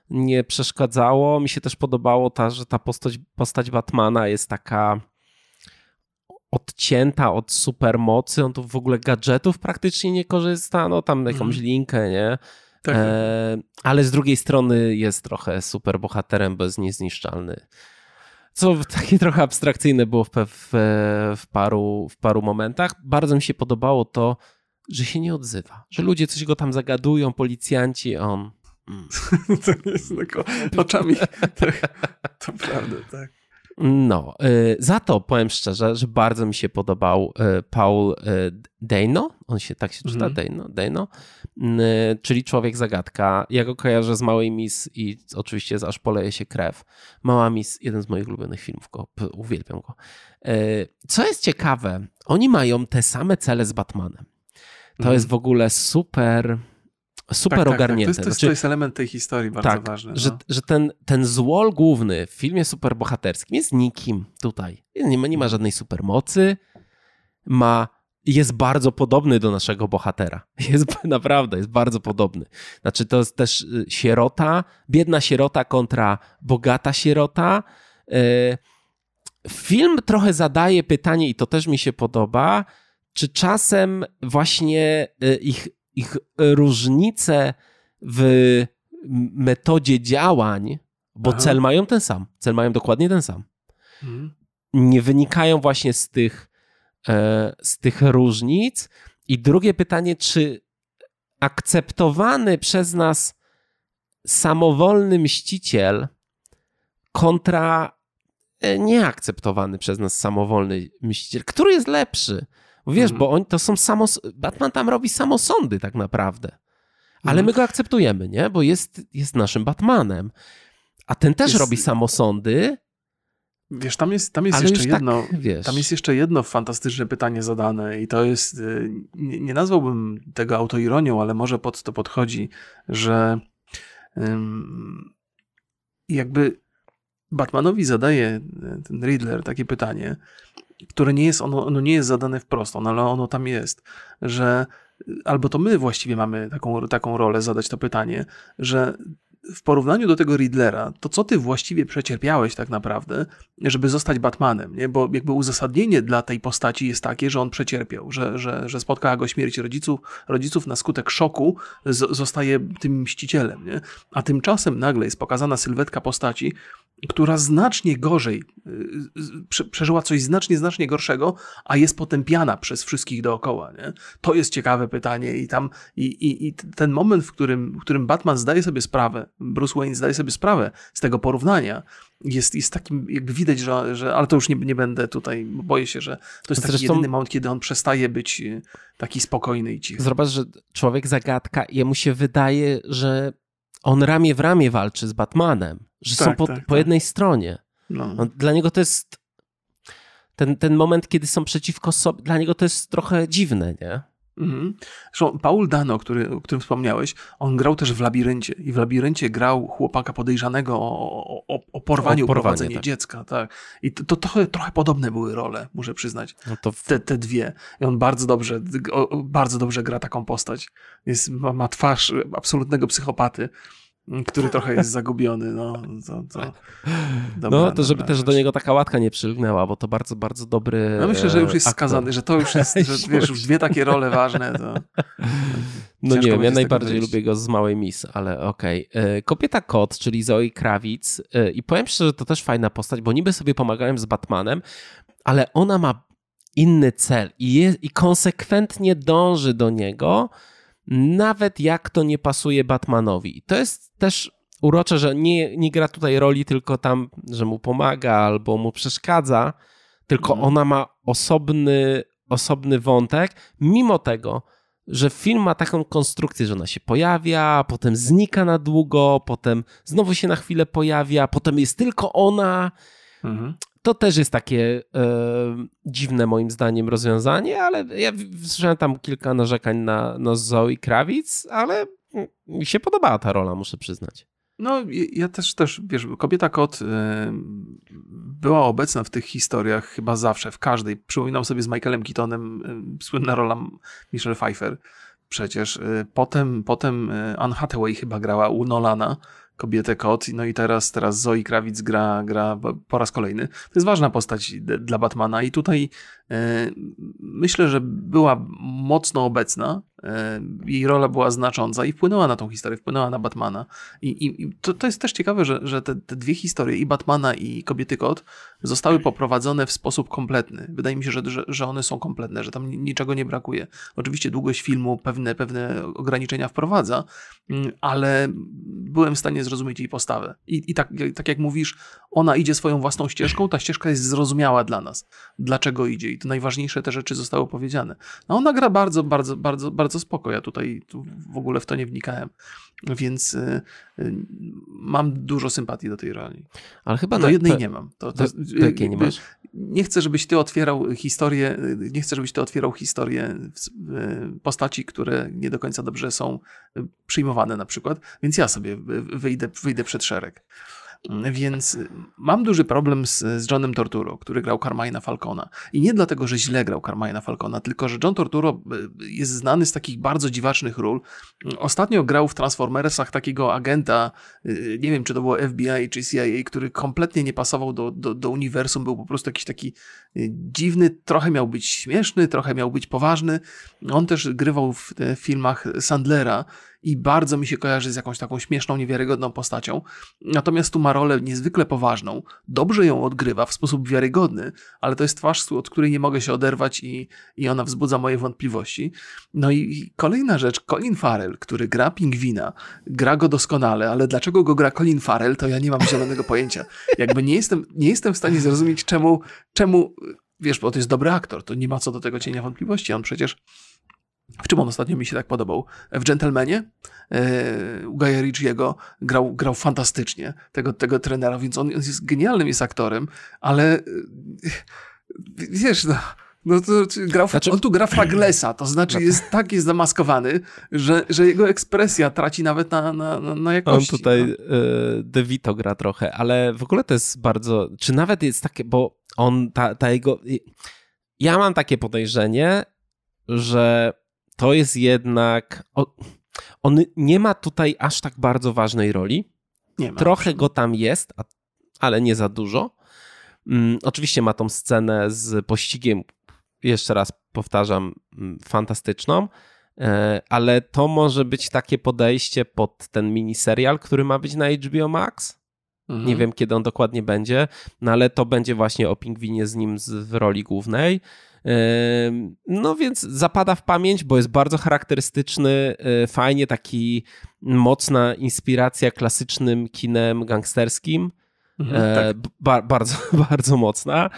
B: nie przeszkadzało. Mi się też podobało że ta postać Batmana jest taka odcięta od supermocy. On tu w ogóle gadżetów praktycznie nie korzysta. No tam jakąś linkę, nie?
A: Tak.
B: Ale z drugiej strony jest trochę superbohaterem, bo jest niezniszczalny. Co takie trochę abstrakcyjne było w paru momentach. Bardzo mi się podobało to, że się nie odzywa. Że ludzie coś go tam zagadują, policjanci, a on...
A: To jest tylko oczami. To prawda, tak.
B: No, za to powiem szczerze, że bardzo mi się podobał Paul Dano, on się tak się czyta, Dano, czyli Człowiek Zagadka. Ja go kojarzę z Małej Miss i oczywiście z Aż poleje się krew. Mała Miss, jeden z moich ulubionych filmów, uwielbiam go. Co jest ciekawe, oni mają te same cele z Batmanem. To jest w ogóle super ogarnięte.
A: To jest element tej historii bardzo ważny. No.
B: Że ten złol główny w filmie superbohaterskim jest nikim tutaj. Nie ma żadnej supermocy. Jest bardzo podobny do naszego bohatera. Naprawdę jest bardzo podobny. Znaczy to jest też sierota, biedna sierota kontra bogata sierota. Film trochę zadaje pytanie i to też mi się podoba, czy czasem właśnie ich różnice w metodzie działań, bo cel mają ten sam. Cel mają dokładnie ten sam. Nie wynikają właśnie z tych różnic. I drugie pytanie, czy akceptowany przez nas samowolny mściciel kontra nieakceptowany przez nas samowolny mściciel, który jest lepszy? Wiesz, bo oni to są Batman tam robi samosądy tak naprawdę. Ale my go akceptujemy, nie? Bo jest naszym Batmanem. A ten też robi samosądy.
A: Wiesz, tam jest jeszcze jedno. Tam jest jeszcze jedno fantastyczne pytanie zadane i to jest, nie nazwałbym tego autoironią, ale może pod to podchodzi, że jakby Batmanowi zadaje ten Riddler takie pytanie, które nie jest, ono nie jest zadane wprost, ale ono tam jest, że albo to my właściwie mamy taką rolę zadać to pytanie, że w porównaniu do tego Riddlera, to co ty właściwie przecierpiałeś tak naprawdę, żeby zostać Batmanem, nie? Bo jakby uzasadnienie dla tej postaci jest takie, że on przecierpiał, że spotkała go śmierć rodziców na skutek szoku zostaje tym mścicielem, nie? A tymczasem nagle jest pokazana sylwetka postaci, która znacznie gorzej, przeżyła coś znacznie gorszego, a jest potępiana przez wszystkich dookoła, nie? To jest ciekawe pytanie i ten moment, w którym Batman zdaje sobie sprawę, Bruce Wayne zdaje sobie sprawę z tego porównania, jest takim, jakby widać, że ale to już nie będę tutaj, boję się, że to jest taki jedyny moment, kiedy on przestaje być taki spokojny i cichy.
B: Zobacz, że Człowiek Zagadka, jemu się wydaje, że on ramię w ramię walczy z Batmanem, że są po jednej stronie. No, dla niego to jest ten moment, kiedy są przeciwko sobie, dla niego to jest trochę dziwne, nie?
A: Zresztą Paul Dano, o którym wspomniałeś, on grał też w Labiryncie i w Labiryncie grał chłopaka podejrzanego o porwanie, uprowadzenie dziecka. Tak. I to trochę podobne były role, muszę przyznać, te dwie. I on bardzo dobrze gra taką postać. Ma twarz absolutnego psychopaty, który trochę jest zagubiony.
B: To żeby też do niego taka łatka nie przylgnęła, bo to bardzo, bardzo dobry
A: myślę, że już jest skazany, że to już jest, że wiesz, już dwie takie role ważne.
B: No nie wiem, ja najbardziej lubię go z Małej Miss, ale okej. Kobieta Kot, czyli Zoe Kravitz i powiem szczerze, że to też fajna postać, bo niby sobie pomagałem z Batmanem, ale ona ma inny cel i konsekwentnie dąży do niego, nawet jak to nie pasuje Batmanowi. I to jest też urocze, że nie gra tutaj roli tylko tam, że mu pomaga albo mu przeszkadza, tylko ona ma osobny wątek, mimo tego, że film ma taką konstrukcję, że ona się pojawia, potem znika na długo, potem znowu się na chwilę pojawia, potem jest tylko ona. To też jest takie dziwne moim zdaniem rozwiązanie, ale ja słyszałem tam kilka narzekań na Zoe Kravitz, ale mi się podobała ta rola, muszę przyznać.
A: No, ja też, wiesz, Kobieta Kot była obecna w tych historiach chyba zawsze, w każdej. Przypominam sobie z Michaelem Keatonem słynna rola Michelle Pfeiffer przecież. Potem Anne Hathaway chyba grała u Nolana kobietę kot, no i teraz Zoe Kravitz gra po raz kolejny. To jest ważna postać dla Batmana i tutaj myślę, że była mocno obecna, jej rola była znacząca i wpłynęła na tą historię, wpłynęła na Batmana. I to jest też ciekawe, że te dwie historie, i Batmana, i Kobiety Kot, zostały poprowadzone w sposób kompletny. Wydaje mi się, że one są kompletne, że tam niczego nie brakuje. Oczywiście długość filmu pewne ograniczenia wprowadza, ale byłem w stanie zrozumieć jej postawę. I tak jak mówisz, ona idzie swoją własną ścieżką, ta ścieżka jest zrozumiała dla nas. Dlaczego idzie? I to najważniejsze te rzeczy zostały powiedziane. No ona gra bardzo, bardzo, bardzo, bardzo spoko. Ja tutaj w ogóle w to nie wnikałem. Więc mam dużo sympatii do tej roli.
B: Ale chyba
A: do jednej nie mam.
B: Do jakiej nie masz?
A: Nie chcę, żebyś ty otwierał historię postaci, które nie do końca dobrze są przyjmowane na przykład, więc ja sobie wyjdę przed szereg. Więc mam duży problem z Johnem Turturro, który grał Carmine'a Falcona. I nie dlatego, że źle grał Carmine'a Falcona, tylko że John Turturro jest znany z takich bardzo dziwacznych ról. Ostatnio grał w Transformersach takiego agenta, nie wiem, czy to było FBI czy CIA, który kompletnie nie pasował do uniwersum, był po prostu jakiś taki dziwny, trochę miał być śmieszny, trochę miał być poważny. On też grywał w filmach Sandlera i bardzo mi się kojarzy z jakąś taką śmieszną, niewiarygodną postacią. Natomiast tu ma rolę niezwykle poważną. Dobrze ją odgrywa w sposób wiarygodny, ale to jest twarz, od której nie mogę się oderwać i ona wzbudza moje wątpliwości. No i kolejna rzecz, Colin Farrell, który gra Pingwina, gra go doskonale, ale dlaczego go gra Colin Farrell, to ja nie mam zielonego pojęcia. Jakby nie jestem w stanie zrozumieć, czemu, wiesz, bo to jest dobry aktor, to nie ma co do tego cienia wątpliwości. On przecież w czym on ostatnio mi się tak podobał? W Gentlemanie u Guya Ritchiego grał fantastycznie tego trenera, więc on jest genialnym aktorem, ale wiesz, no to on tu gra Fraglesa, to znaczy jest zamaskowany, że jego ekspresja traci nawet na jakości.
B: On tutaj De Vito gra trochę, ale w ogóle to jest bardzo, czy nawet jest takie, bo on, ta jego, ja mam takie podejrzenie, że to jest jednak, on nie ma tutaj aż tak bardzo ważnej roli.
A: Nie ma.
B: Trochę go tam jest, ale nie za dużo. Oczywiście ma tą scenę z pościgiem, jeszcze raz powtarzam, fantastyczną, ale to może być takie podejście pod ten miniserial, który ma być na HBO Max. Nie wiem, kiedy on dokładnie będzie, no ale to będzie właśnie o pingwinie z nim w roli głównej. No więc zapada w pamięć, bo jest bardzo charakterystyczny, fajnie taki mocna inspiracja klasycznym kinem gangsterskim. Tak. Bardzo, bardzo mocna,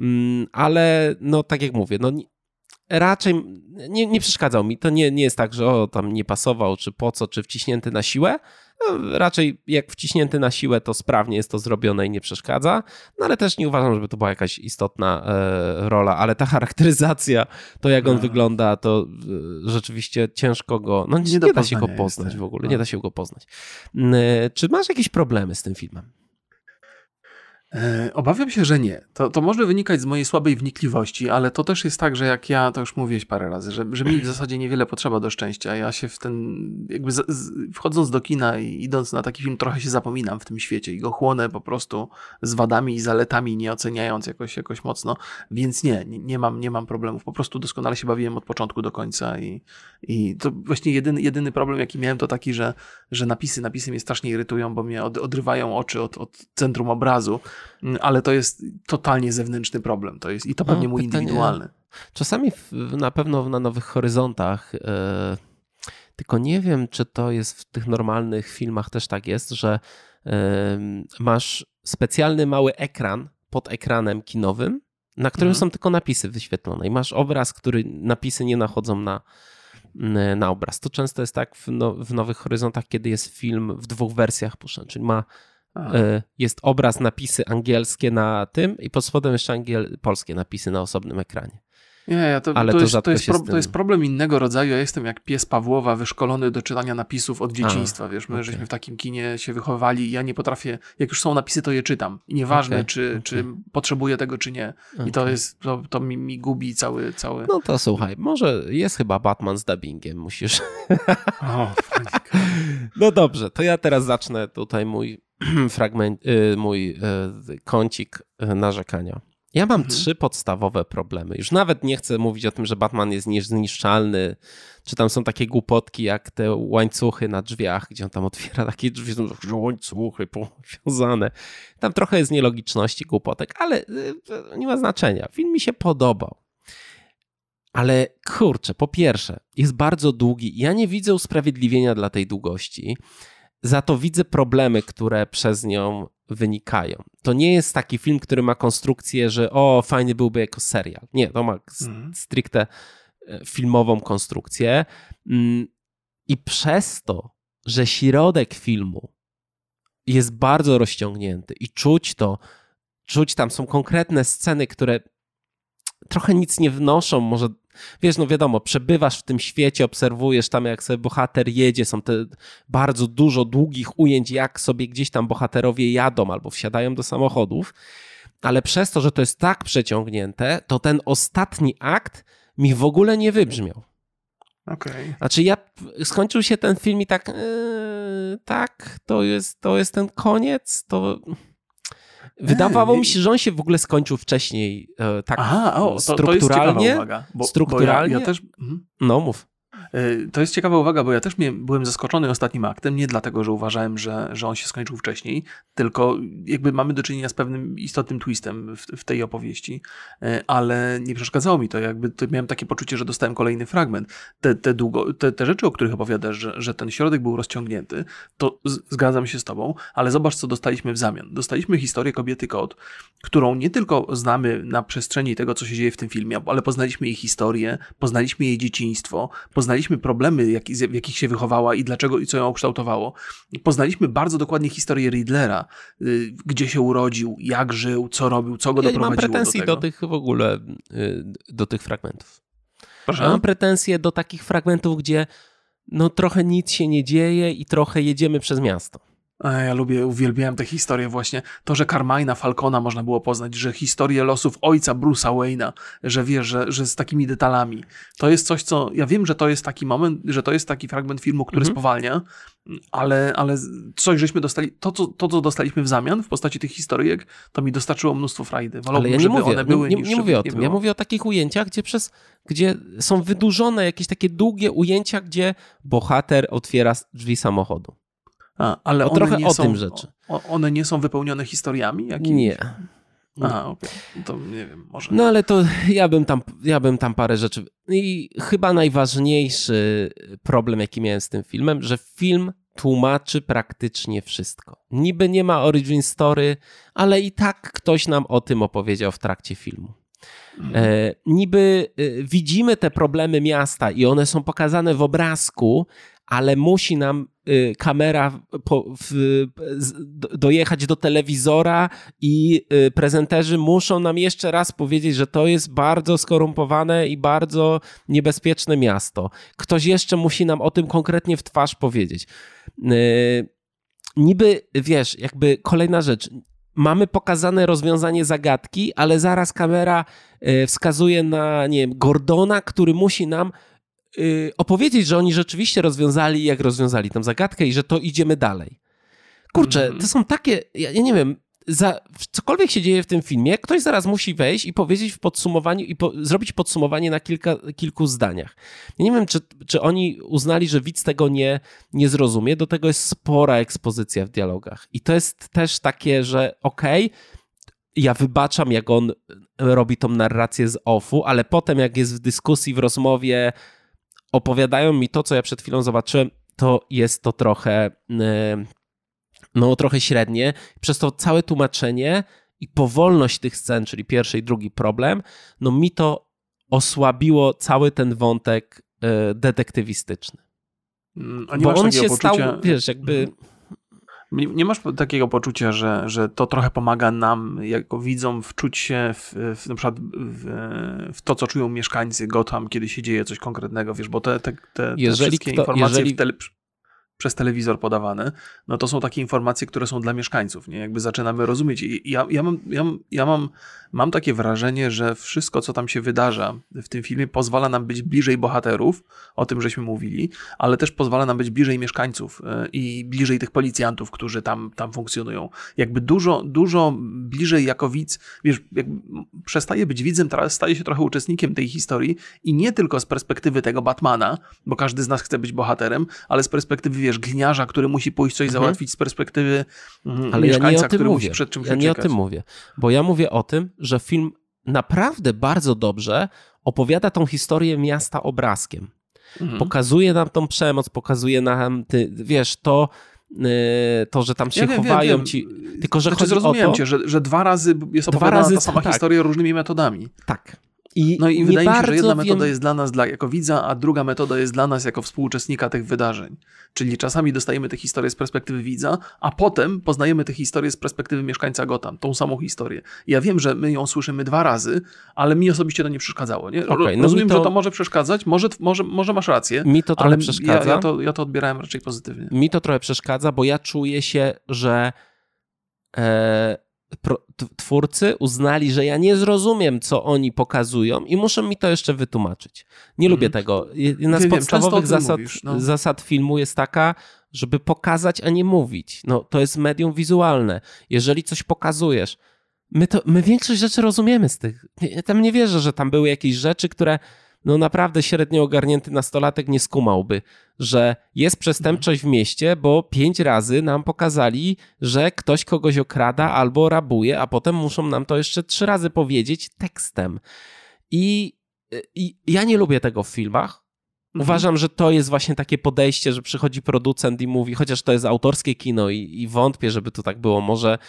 B: ale no tak jak mówię, no raczej nie przeszkadzał mi. To nie jest tak, że tam nie pasował, czy po co, czy wciśnięty na siłę. No, raczej jak wciśnięty na siłę, to sprawnie jest to zrobione i nie przeszkadza. No ale też nie uważam, żeby to była jakaś istotna rola, ale ta charakteryzacja, to jak on wygląda, to rzeczywiście ciężko go, no nie da się go poznać w ogóle, nie da się go poznać. Czy masz jakieś problemy z tym filmem?
A: Obawiam się, że nie. To może wynikać z mojej słabej wnikliwości, ale to też jest tak, że jak ja, to już mówiłeś parę razy, że mi w zasadzie niewiele potrzeba do szczęścia. Ja się w ten, jakby wchodząc do kina i idąc na taki film, trochę się zapominam w tym świecie i go chłonę po prostu z wadami i zaletami, nie oceniając jakoś mocno, więc nie mam problemów. Po prostu doskonale się bawiłem od początku do końca i to właśnie jedyny problem, jaki miałem, to taki, że napisy mnie strasznie irytują, bo mnie odrywają oczy od centrum obrazu. Ale to jest totalnie zewnętrzny problem. To jest i to pewnie mój indywidualny.
B: Czasami na pewno na Nowych Horyzontach, tylko nie wiem, czy to jest w tych normalnych filmach też tak jest, że masz specjalny mały ekran pod ekranem kinowym, na którym są tylko napisy wyświetlone i masz obraz, który napisy nie nachodzą na obraz. To często jest tak w Nowych Horyzontach, kiedy jest film w dwóch wersjach puszczany, czyli jest obraz, napisy angielskie na tym i pod spodem jeszcze polskie napisy na osobnym ekranie.
A: Nie, to jest problem innego rodzaju. Ja jestem jak pies Pawłowa, wyszkolony do czytania napisów od dzieciństwa. Wiesz, my żeśmy w takim kinie się wychowywali i ja nie potrafię, jak już są napisy, to je czytam. I nieważne, czy potrzebuję tego, czy nie. I to mi gubi cały...
B: No to słuchaj, może jest chyba Batman z dubbingiem, musisz...
A: O,
B: No dobrze, to ja teraz zacznę tutaj mój fragment, mój kącik narzekania. Ja mam 3 podstawowe problemy. Już nawet nie chcę mówić o tym, że Batman jest niezniszczalny, czy tam są takie głupotki jak te łańcuchy na drzwiach, gdzie on tam otwiera takie drzwi, są łańcuchy powiązane. Tam trochę jest nielogiczności, głupotek, ale nie ma znaczenia. Film mi się podobał. Ale kurczę, po pierwsze, jest bardzo długi. Ja nie widzę usprawiedliwienia dla tej długości. Za to widzę problemy, które przez nią wynikają. To nie jest taki film, który ma konstrukcję, że fajny byłby jako serial. Nie, to ma stricte filmową konstrukcję. I przez to, że środek filmu jest bardzo rozciągnięty i czuć tam są konkretne sceny, które trochę nic nie wnoszą, może wiesz, no wiadomo, przebywasz w tym świecie, obserwujesz tam, jak sobie bohater jedzie, są te bardzo dużo długich ujęć, jak sobie gdzieś tam bohaterowie jadą albo wsiadają do samochodów, ale przez to, że to jest tak przeciągnięte, to ten ostatni akt mi w ogóle nie wybrzmiał.
A: Okay.
B: Znaczy skończył się ten film i tak, to jest ten koniec, to... Wydawało mi się, że on się w ogóle skończył wcześniej tak strukturalnie. To jest ciekawa uwaga. Strukturalnie?
A: Bo ja też...
B: No, mów.
A: To jest ciekawa uwaga, bo ja też byłem zaskoczony ostatnim aktem, nie dlatego, że uważałem, że on się skończył wcześniej, tylko jakby mamy do czynienia z pewnym istotnym twistem w tej opowieści, ale nie przeszkadzało mi to, miałem takie poczucie, że dostałem kolejny fragment. Te rzeczy, o których opowiadasz, że ten środek był rozciągnięty, to zgadzam się z tobą, ale zobacz, co dostaliśmy w zamian. Dostaliśmy historię kobiety kot, którą nie tylko znamy na przestrzeni tego, co się dzieje w tym filmie, ale poznaliśmy jej historię, poznaliśmy jej dzieciństwo, poznaliśmy problemy, w jakich się wychowała i dlaczego i co ją ukształtowało. Poznaliśmy bardzo dokładnie historię Riddlera, gdzie się urodził, jak żył, co robił, co go doprowadziło do tego. Ja mam pretensji
B: do tych w ogóle, do tych fragmentów.
A: Proszę?
B: Ja mam pretensje do takich fragmentów, gdzie no trochę nic się nie dzieje i trochę jedziemy przez miasto.
A: Ja uwielbiałem tę historię właśnie. To, że Carmina Falcona można było poznać, że historię losów ojca Bruce'a Wayne'a, że wiesz, że z takimi detalami. To jest coś, co... Ja wiem, że to jest taki moment, że to jest taki fragment filmu, który spowalnia, ale coś żeśmy dostali... To, co dostaliśmy w zamian w postaci tych historyjek, to mi dostarczyło mnóstwo frajdy.
B: Ale ja nie mówię o tym. Ja mówię o takich ujęciach, gdzie są wydłużone jakieś takie długie ujęcia, gdzie bohater otwiera drzwi samochodu.
A: Ale
B: trochę o tym rzeczy.
A: One nie są wypełnione historiami jakimiś?
B: Nie.
A: Okej. To nie wiem, może...
B: No ale to ja bym tam parę rzeczy... I chyba najważniejszy problem, jaki miałem z tym filmem, że film tłumaczy praktycznie wszystko. Niby nie ma origin story, ale i tak ktoś nam o tym opowiedział w trakcie filmu. Niby widzimy te problemy miasta i one są pokazane w obrazku, ale musi nam kamera dojechać do telewizora i prezenterzy muszą nam jeszcze raz powiedzieć, że to jest bardzo skorumpowane i bardzo niebezpieczne miasto. Ktoś jeszcze musi nam o tym konkretnie w twarz powiedzieć. Niby, wiesz, jakby kolejna rzecz. Mamy pokazane rozwiązanie zagadki, ale zaraz kamera wskazuje na, nie wiem, Gordona, który musi nam opowiedzieć, że oni rzeczywiście rozwiązali, jak rozwiązali tę zagadkę i że to idziemy dalej. Kurczę, to są takie, ja nie wiem, cokolwiek się dzieje w tym filmie, ktoś zaraz musi wejść i powiedzieć w podsumowaniu i zrobić podsumowanie na kilku zdaniach. Ja nie wiem, czy oni uznali, że widz tego nie zrozumie, do tego jest spora ekspozycja w dialogach. I to jest też takie, że ja wybaczam, jak on robi tą narrację z offu, ale potem jak jest w dyskusji, w rozmowie, opowiadają mi to, co ja przed chwilą zobaczyłem, to jest to trochę średnie. Przez to całe tłumaczenie i powolność tych scen, czyli pierwszy i drugi problem, no mi to osłabiło cały ten wątek detektywistyczny. Bo on się stał, wiesz, jakby...
A: Nie masz takiego poczucia, że to trochę pomaga nam, jako widzom, wczuć się na przykład w to, co czują mieszkańcy Gotham, kiedy się dzieje coś konkretnego, wiesz, bo te wszystkie informacje przez telewizor podawane, no to są takie informacje, które są dla mieszkańców, nie? Jakby zaczynamy rozumieć. Ja mam mam takie wrażenie, że wszystko, co tam się wydarza w tym filmie, pozwala nam być bliżej bohaterów, o tym żeśmy mówili, ale też pozwala nam być bliżej mieszkańców i bliżej tych policjantów, którzy tam funkcjonują. Jakby dużo bliżej jako widz, wiesz, przestaje być widzem, teraz staje się trochę uczestnikiem tej historii i nie tylko z perspektywy tego Batmana, bo każdy z nas chce być bohaterem, ale z perspektywy, wiesz, gliniarza, który musi pójść coś załatwić, z perspektywy mieszkańca, który musi przed czymś uciekać.
B: Ja nie o tym mówię, bo ja mówię o tym, że film naprawdę bardzo dobrze opowiada tą historię miasta obrazkiem. Pokazuje nam tą przemoc, pokazuje nam, wiesz, to, że tam się chowają
A: wiem.
B: ci. Tylko, że chodzi
A: zrozumiałem
B: o to,
A: cię, że dwa razy jest opowiadana ta sama historia różnymi metodami.
B: Tak.
A: I wydaje mi się, że jedna metoda jest dla nas jako widza, a druga metoda jest dla nas jako współuczestnika tych wydarzeń. Czyli czasami dostajemy tę historię z perspektywy widza, a potem poznajemy tę historię z perspektywy mieszkańca Gotham, tą samą historię. Ja wiem, że my ją słyszymy 2 razy, ale mi osobiście to nie przeszkadzało. Nie? Rozumiem, że to może przeszkadzać, może masz rację,
B: mi to trochę
A: ale
B: przeszkadza.
A: Ja to odbierałem raczej pozytywnie.
B: Mi to trochę przeszkadza, bo ja czuję się, że twórcy uznali, że ja nie zrozumiem, co oni pokazują i muszą mi to jeszcze wytłumaczyć. Nie lubię tego. Jedna z podstawowych zasad filmu jest taka, żeby pokazać, a nie mówić. No, to jest medium wizualne. Jeżeli coś pokazujesz, my większość rzeczy rozumiemy z tych. Ja tam nie wierzę, że tam były jakieś rzeczy, które no naprawdę średnio ogarnięty nastolatek nie skumałby, że jest przestępczość w mieście, bo 5 razy nam pokazali, że ktoś kogoś okrada albo rabuje, a potem muszą nam to jeszcze 3 razy powiedzieć tekstem. I ja nie lubię tego w filmach. Uważam, że to jest właśnie takie podejście, że przychodzi producent i mówi, chociaż to jest autorskie kino i wątpię, żeby to tak było,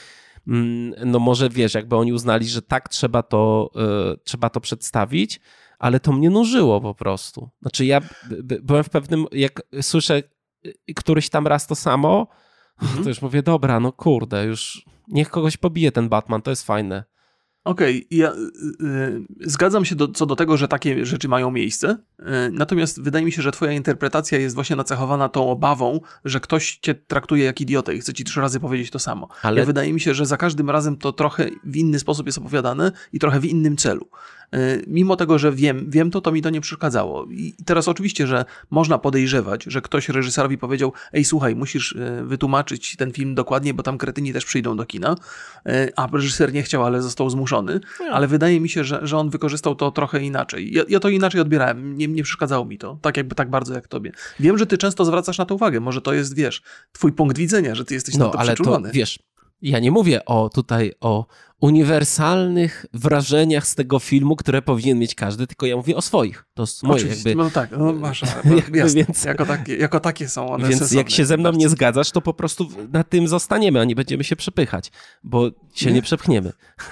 B: może wiesz, jakby oni uznali, że tak trzeba to przedstawić, ale to mnie nużyło po prostu. Znaczy ja byłem w pewnym, jak słyszę któryś tam raz to samo, to już mówię, dobra, no kurde, już niech kogoś pobije ten Batman, to jest fajne.
A: Okej, ja zgadzam się co do tego, że takie rzeczy mają miejsce, natomiast wydaje mi się, że twoja interpretacja jest właśnie nacechowana tą obawą, że ktoś cię traktuje jak idiotę i chce ci 3 razy powiedzieć to samo. Ale wydaje mi się, że za każdym razem to trochę w inny sposób jest opowiadane i trochę w innym celu. Mimo tego, że wiem to mi to nie przeszkadzało. I teraz oczywiście, że można podejrzewać, że ktoś reżyserowi powiedział, ej słuchaj, musisz wytłumaczyć ten film dokładnie, bo tam kretyni też przyjdą do kina, a reżyser nie chciał, ale został zmuszony, ale wydaje mi się, że on wykorzystał to trochę inaczej. Ja to inaczej odbierałem, nie przeszkadzało mi to, tak bardzo jak tobie. Wiem, że ty często zwracasz na to uwagę, może to jest, wiesz, twój punkt widzenia, że ty jesteś na to przeczulony.
B: Ale to, wiesz, ja nie mówię o uniwersalnych wrażeniach z tego filmu, które powinien mieć każdy, tylko ja mówię o swoich. To jest moje jakby...
A: No tak, masz, więc, jako takie są one
B: Więc
A: sensowne.
B: Jak się ze mną nie zgadzasz, to po prostu na tym zostaniemy, a nie będziemy się przepychać, bo się nie przepchniemy.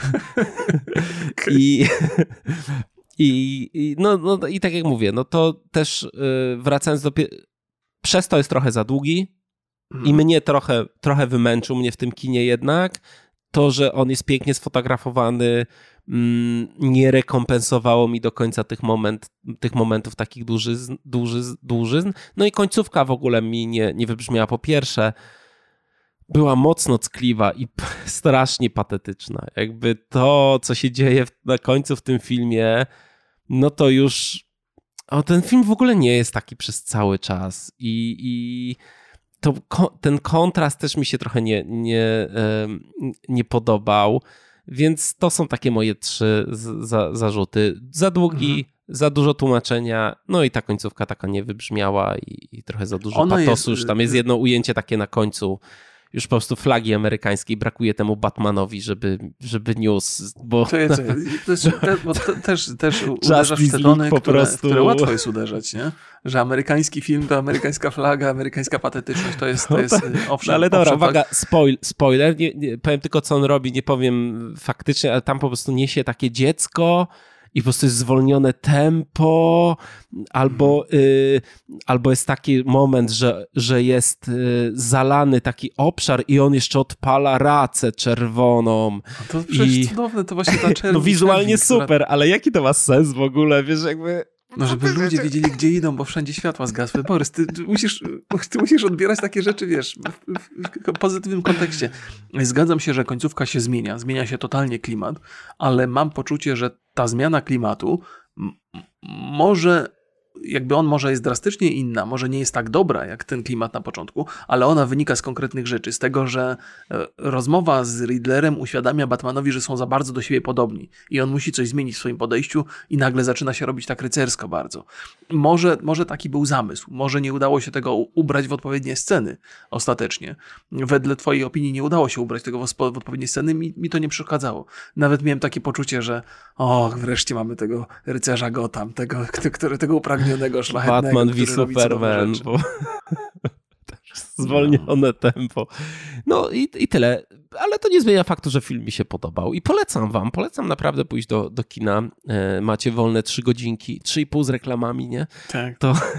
B: I tak jak mówię, no to też wracając przez to jest trochę za długi i mnie trochę wymęczył mnie w tym kinie jednak. To, że on jest pięknie sfotografowany, nie rekompensowało mi do końca tych momentów takich dłużyzn. No i końcówka w ogóle mi nie wybrzmiała. Po pierwsze, była mocno ckliwa i strasznie patetyczna. Jakby to, co się dzieje na końcu w tym filmie, no to już... ten film w ogóle nie jest taki przez cały czas i ten kontrast też mi się trochę nie podobał, więc to są takie moje 3 zarzuty. Za długi, za dużo tłumaczenia, no i ta końcówka taka nie wybrzmiała i trochę za dużo patosu. Już tam jest jedno ujęcie takie na końcu, już po prostu flagi amerykańskiej, brakuje temu Batmanowi, żeby niósł, bo...
A: Też uderzasz w te tony, które łatwo jest uderzać, nie? Że amerykański film to amerykańska flaga, amerykańska patetyczność, to jest owszem.
B: Ale dobra, uwaga, spoiler, nie, powiem tylko co on robi, nie powiem faktycznie, ale tam po prostu niesie takie dziecko i po prostu jest zwolnione tempo, albo jest taki moment, że jest zalany taki obszar i on jeszcze odpala racę czerwoną.
A: To przecież cudowne, to właśnie ta czerwona.
B: No wizualnie super, ale jaki to ma sens w ogóle, wiesz, jakby
A: No, żeby ludzie wiedzieli, gdzie idą, bo wszędzie światła zgasły. Borys, ty musisz odbierać takie rzeczy, wiesz, w pozytywnym kontekście. Zgadzam się, że końcówka się zmienia się totalnie klimat, ale mam poczucie, że ta zmiana klimatu może jest drastycznie inna, może nie jest tak dobra jak ten klimat na początku, ale ona wynika z konkretnych rzeczy, z tego, że rozmowa z Riddlerem uświadamia Batmanowi, że są za bardzo do siebie podobni i on musi coś zmienić w swoim podejściu i nagle zaczyna się robić tak rycersko bardzo. Może taki był zamysł, może nie udało się tego ubrać w odpowiednie sceny ostatecznie. Wedle twojej opinii nie udało się ubrać tego w odpowiednie sceny, mi to nie przeszkadzało. Nawet miałem takie poczucie, że wreszcie mamy tego rycerza Gotham, tego upragnionego, szlachetnego.
B: Batman v Superman. Zwolnione tempo. No i tyle. Ale to nie zmienia faktu, że film mi się podobał. I polecam naprawdę pójść do kina. Macie wolne 3 godzinki, 3,5 z reklamami, nie?
A: Tak.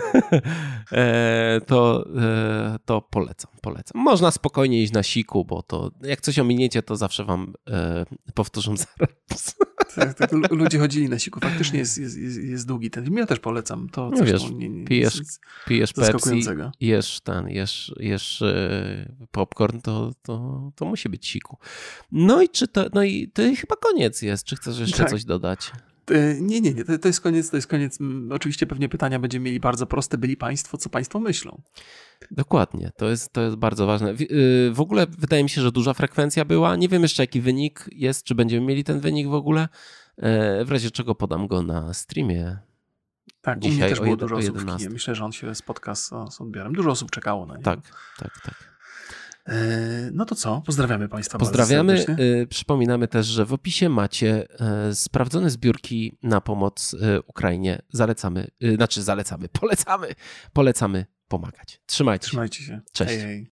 B: To polecam. Można spokojnie iść na siku, bo to jak coś ominiecie, to zawsze wam powtórzą zaraz.
A: Tak, ludzie chodzili na siku. Faktycznie jest długi ten film. Ja też polecam. To
B: no wiesz, pijesz Pepsi, jesz popcorn, to musi być siku. No i to chyba koniec jest. Czy chcesz jeszcze coś dodać?
A: Nie. To jest koniec. Oczywiście pewnie pytania będziemy mieli bardzo proste. Byli państwo, co państwo myślą?
B: Dokładnie. To jest bardzo ważne. W ogóle wydaje mi się, że duża frekwencja była. Nie wiem jeszcze, jaki wynik jest, czy będziemy mieli ten wynik w ogóle. W razie czego podam go na streamie.
A: Tak, dzisiaj u mnie też było dużo osób w kinie. Myślę, że on się spotka z odbiorem. Dużo osób czekało na niego.
B: Tak.
A: No to co? Pozdrawiamy państwa.
B: Pozdrawiamy. Przypominamy też, że w opisie macie sprawdzone zbiórki na pomoc Ukrainie. Polecamy pomagać. Trzymajcie się.
A: Trzymajcie się.
B: Cześć.
A: Hej.